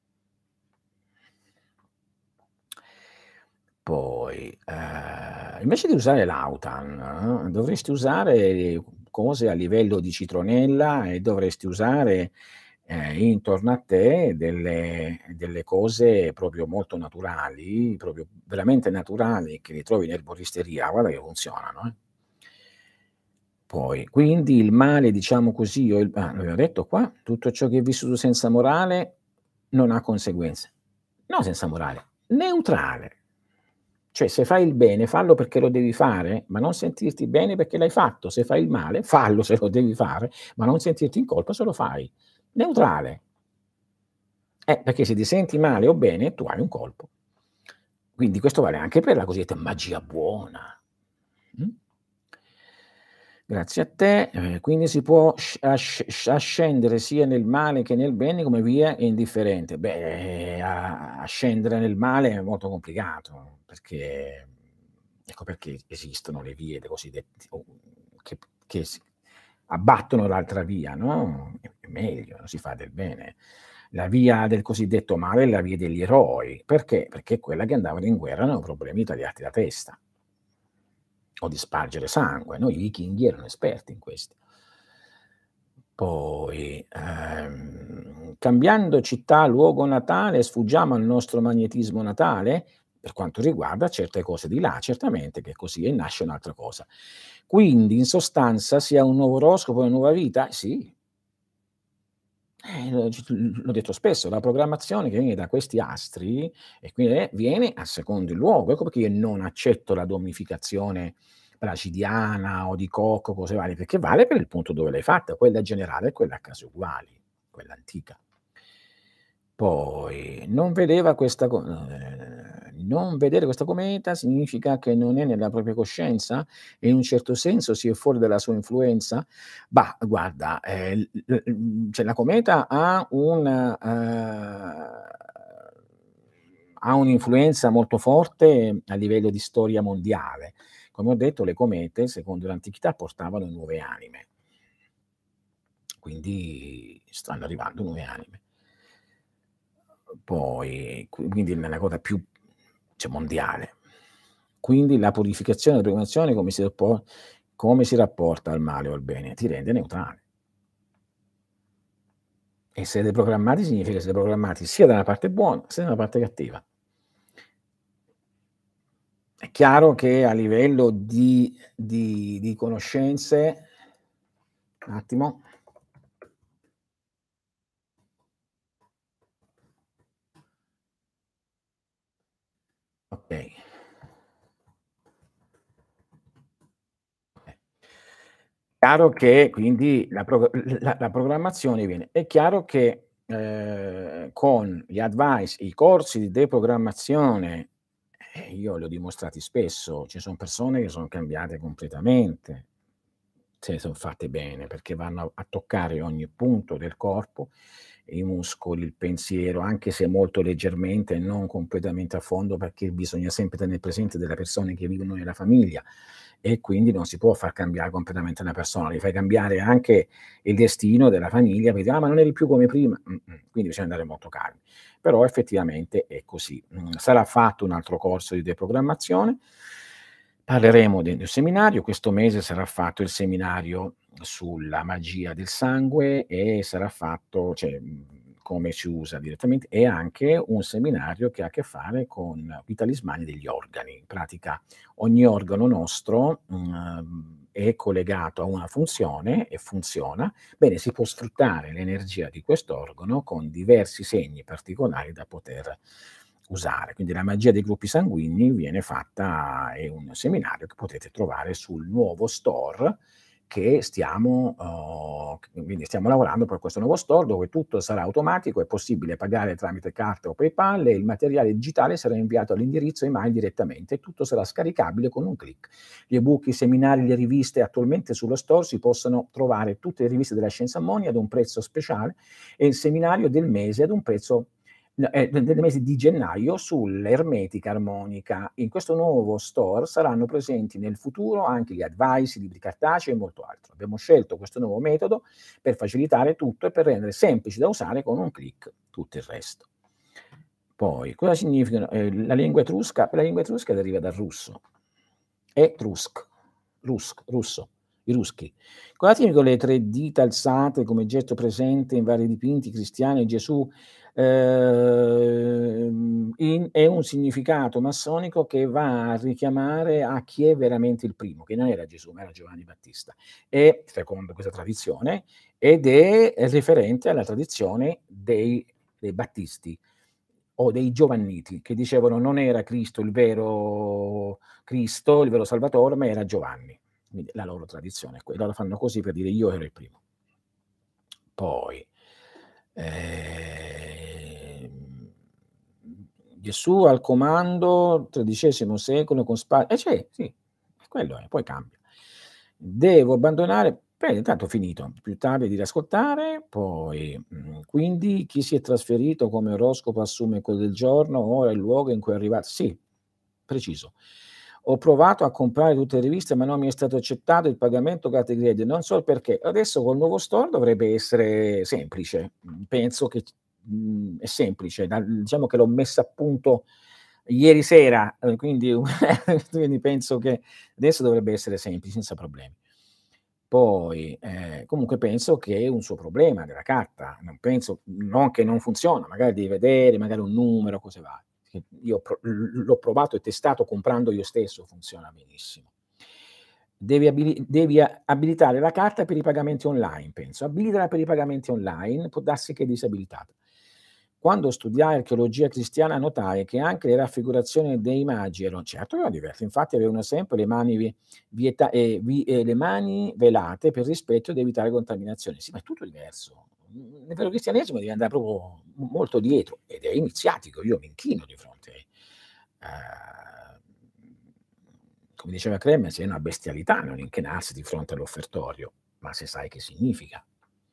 Poi, ehm, invece di usare l'Autan, dovresti usare cose a livello di citronella e dovresti usare, ehm, intorno a te delle delle cose proprio molto naturali, proprio veramente naturali, che li trovi in erboristeria, guarda che funzionano, eh. Poi, quindi il male, diciamo così, o il ah, l'abbiamo detto qua, tutto ciò che è vissuto senza morale non ha conseguenze. No senza morale, neutrale. Cioè, se fai il bene, fallo perché lo devi fare, ma non sentirti bene perché l'hai fatto. Se fai il male, fallo se lo devi fare, ma non sentirti in colpa se lo fai. Neutrale. Eh, perché se ti senti male o bene, tu hai un colpo. Quindi questo vale anche per la cosiddetta magia buona. Mh? Grazie a te. Ehm, quindi si può sc asc sc ascendere sia nel male che nel bene come via indifferente. Beh, a ascendere nel male è molto complicato, perché ecco perché esistono le vie le cosiddetti o che che s abbattono l'altra via, no, è è meglio, si fa del bene. La via del cosiddetto male è la via degli eroi. Perché? Perché quella che andavano in guerra avevano problemi di tagliarti la testa. O di spargere sangue, no, i vichinghi erano esperti in questo. Poi, ehm, cambiando città, luogo natale, sfuggiamo al nostro magnetismo natale? Per quanto riguarda certe cose di là, certamente che è così e nasce un'altra cosa. Quindi in sostanza sia un nuovo oroscopo, una nuova vita? Sì. Eh, l'ho c l'ho detto spesso, la programmazione che viene da questi astri e quindi eh, viene a secondo il luogo. Ecco perché io non accetto la dommificazione placidiana o di Koch, cose varie, perché vale per il punto dove l'hai fatta, quella generale e quella a casi uguali, quella antica. Poi non vedeva questa co ehm, non vedere questa cometa significa che non è nella propria coscienza e in un certo senso si è fuori dalla sua influenza? Bah, guarda, ehm, l l mhmm, cioè la cometa ha un ehm, ha un'influenza molto forte a livello di storia mondiale. Come ho detto, le comete, secondo l'antichità, portavano nuove anime. Quindi stanno arrivando nuove anime. Poi qui quindi nella cosa più cioè mondiale. Quindi la purificazione, la programmazione come si rappo come si rapporta al male o al bene? Ti rende neutrale. E siete programmati significa siete programmati sia da una parte buona, sia da una parte cattiva. È chiaro che a livello di di di conoscenze un attimo. Chiaro che quindi la pro l la la programmazione viene è chiaro che, ehm, con gli advice, i corsi di deprogrammazione, eh, io li ho dimostrati spesso, ci son persone che son cambiate completamente, se son fatte bene, perché vanno a a toccare ogni punto del corpo, i muscoli, il pensiero, anche se molto leggermente e non completamente a fondo, perché bisogna sempre tener presente delle persone che vivono nella famiglia e quindi non si può far cambiare completamente una persona, gli fai cambiare anche il destino della famiglia, perché: "Ah, ma non eri più come prima". Mh-mh, quindi bisogna andare molto calmi. Però effettivamente è così. Mhmm, sarà fatto un altro corso di deprogrammazione, parleremo de del seminario, questo mese sarà fatto il seminario sulla magia del sangue e sarà fatto cioè, mhmm, come si usa direttamente, e anche un seminario che ha a che fare con i talismani degli organi. In pratica ogni organo nostro, mhmm, è collegato a una funzione e funziona, bene, si può sfruttare l'energia di quest'organo con diversi segni particolari da poter usare. Quindi la magia dei gruppi sanguigni viene fatta è un seminario che potete trovare sul nuovo store che stiamo uhm, q quindi stiamo lavorando per questo nuovo store dove tutto sarà automatico, è possibile pagare tramite carta o PayPal e il materiale digitale sarà inviato all'indirizzo email direttamente e tutto sarà scaricabile con un click. Gli ebook, i seminari, le riviste attualmente sullo store si possono trovare tutte le riviste della Scienza Ammonia ad un prezzo speciale e il seminario del mese ad un prezzo n eh, de del mese di gennaio sull'ermetica armonica. In questo nuovo store saranno presenti nel futuro anche gli advice, i libri cartacei e molto altro. Abbiamo scelto questo nuovo metodo per facilitare tutto e per rendere semplice da usare con un click tutto il resto. Poi cosa significano, ehm, la lingua etrusca? La lingua etrusca deriva dal russo. Etrusk, rusk, russo, i ruschi. Cosa significano le tre dita alzate come gesto presente in vari dipinti cristiani e Gesù? Ehm, in è un significato massonico che va a richiamare a chi è veramente il primo, che non era Gesù, ma era Giovanni Battista. E secondo questa tradizione, ed è riferente alla tradizione dei dei battisti o dei giovanniti, che dicevano non era Cristo il vero Cristo, il vero Salvatore, ma era Giovanni. Quindi la loro tradizione è quella, lo fanno così per dire: "Io ero il primo". Poi, ehm, Gesù al comando, tredicesimo secolo con spa eh c'è, sì, quello è, poi cambia. Devo abbandonare bene intanto ho finito, più tardi di riascoltare, poi, mhmm, quindi chi si è trasferito come oroscopo assume quello del giorno, ora il luogo in cui è arrivato sì, preciso. Ho provato a comprare tutte le riviste, ma non mi è stato accettato il pagamento carta di credito, non so il perché. Adesso col nuovo store dovrebbe essere semplice. Mhmm, penso che c mhmm, è semplice, dal diciamo che l'ho messa a punto ieri sera, uhm, quindi quindi penso che adesso dovrebbe essere semplice, senza problemi. Poi, ehm, comunque penso che è un suo problema della carta, non penso non che non funziona, magari devi vedere, magari un numero, cose varie. Che io ho pro l l'ho provato e testato comprando io stesso, funziona benissimo. Devi abili devi a abilitare la carta per i pagamenti online, penso. Abilitala per i pagamenti online, può darsi che è disabilitata. Quando studiai archeologia cristiana notai che anche le raffigurazioni dei magi erano certo che erano diverse, infatti avevano sempre le mani vi vieta ehm, vi ehm, le mani velate per rispetto ed evitare contaminazioni. Sì, ma è tutto diverso. Mhmm, nel vero cristianesimo devi andare proprio m molto dietro ed è iniziatico. Io mi inchino di fronte a come diceva Kremers, è una bestialità non inchinarsi di fronte all'offertorio, ma se sai che significa.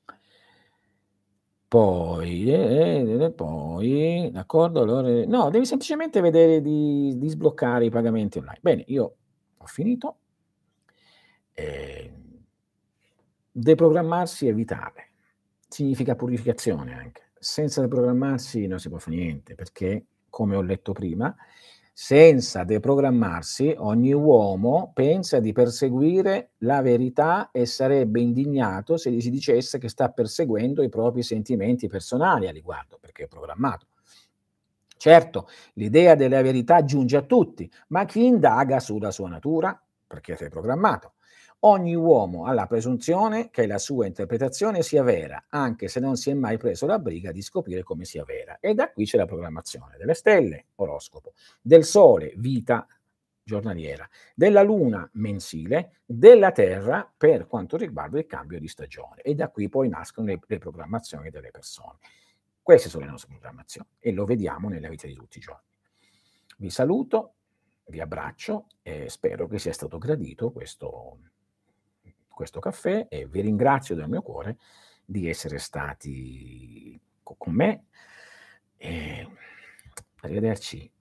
Poi e e poi d'accordo, allora no, devi semplicemente vedere di di sbloccare i pagamenti online. Bene, io ho finito. Ehm, deprogrammarsi è vitale. Significa purificazione anche. Senza deprogrammarsi non si può fa niente, perché, come ho letto prima, senza deprogrammarsi ogni uomo pensa di perseguire la verità e sarebbe indignato se gli si dicesse che sta perseguendo i propri sentimenti personali a riguardo, perché è programmato. Certo, l'idea della verità giunge a tutti, ma chi indaga sulla sua natura? Perché sei programmato. Ogni uomo ha la presunzione che la sua interpretazione sia vera, anche se non si è mai preso la briga di scoprire come sia vera. E da qui c'è la programmazione delle stelle, oroscopo, del sole, vita, giornaliera, della Luna mensile, della Terra per quanto riguarda il cambio di stagione e da qui poi nascono le le programmazioni delle persone. Queste sono le nostre programmazioni e lo vediamo nella vita di tutti i giorni. Vi saluto, vi abbraccio e spero che sia stato gradito questo questo caffè e vi ringrazio dal mio cuore di essere stati co con me e arrivederci.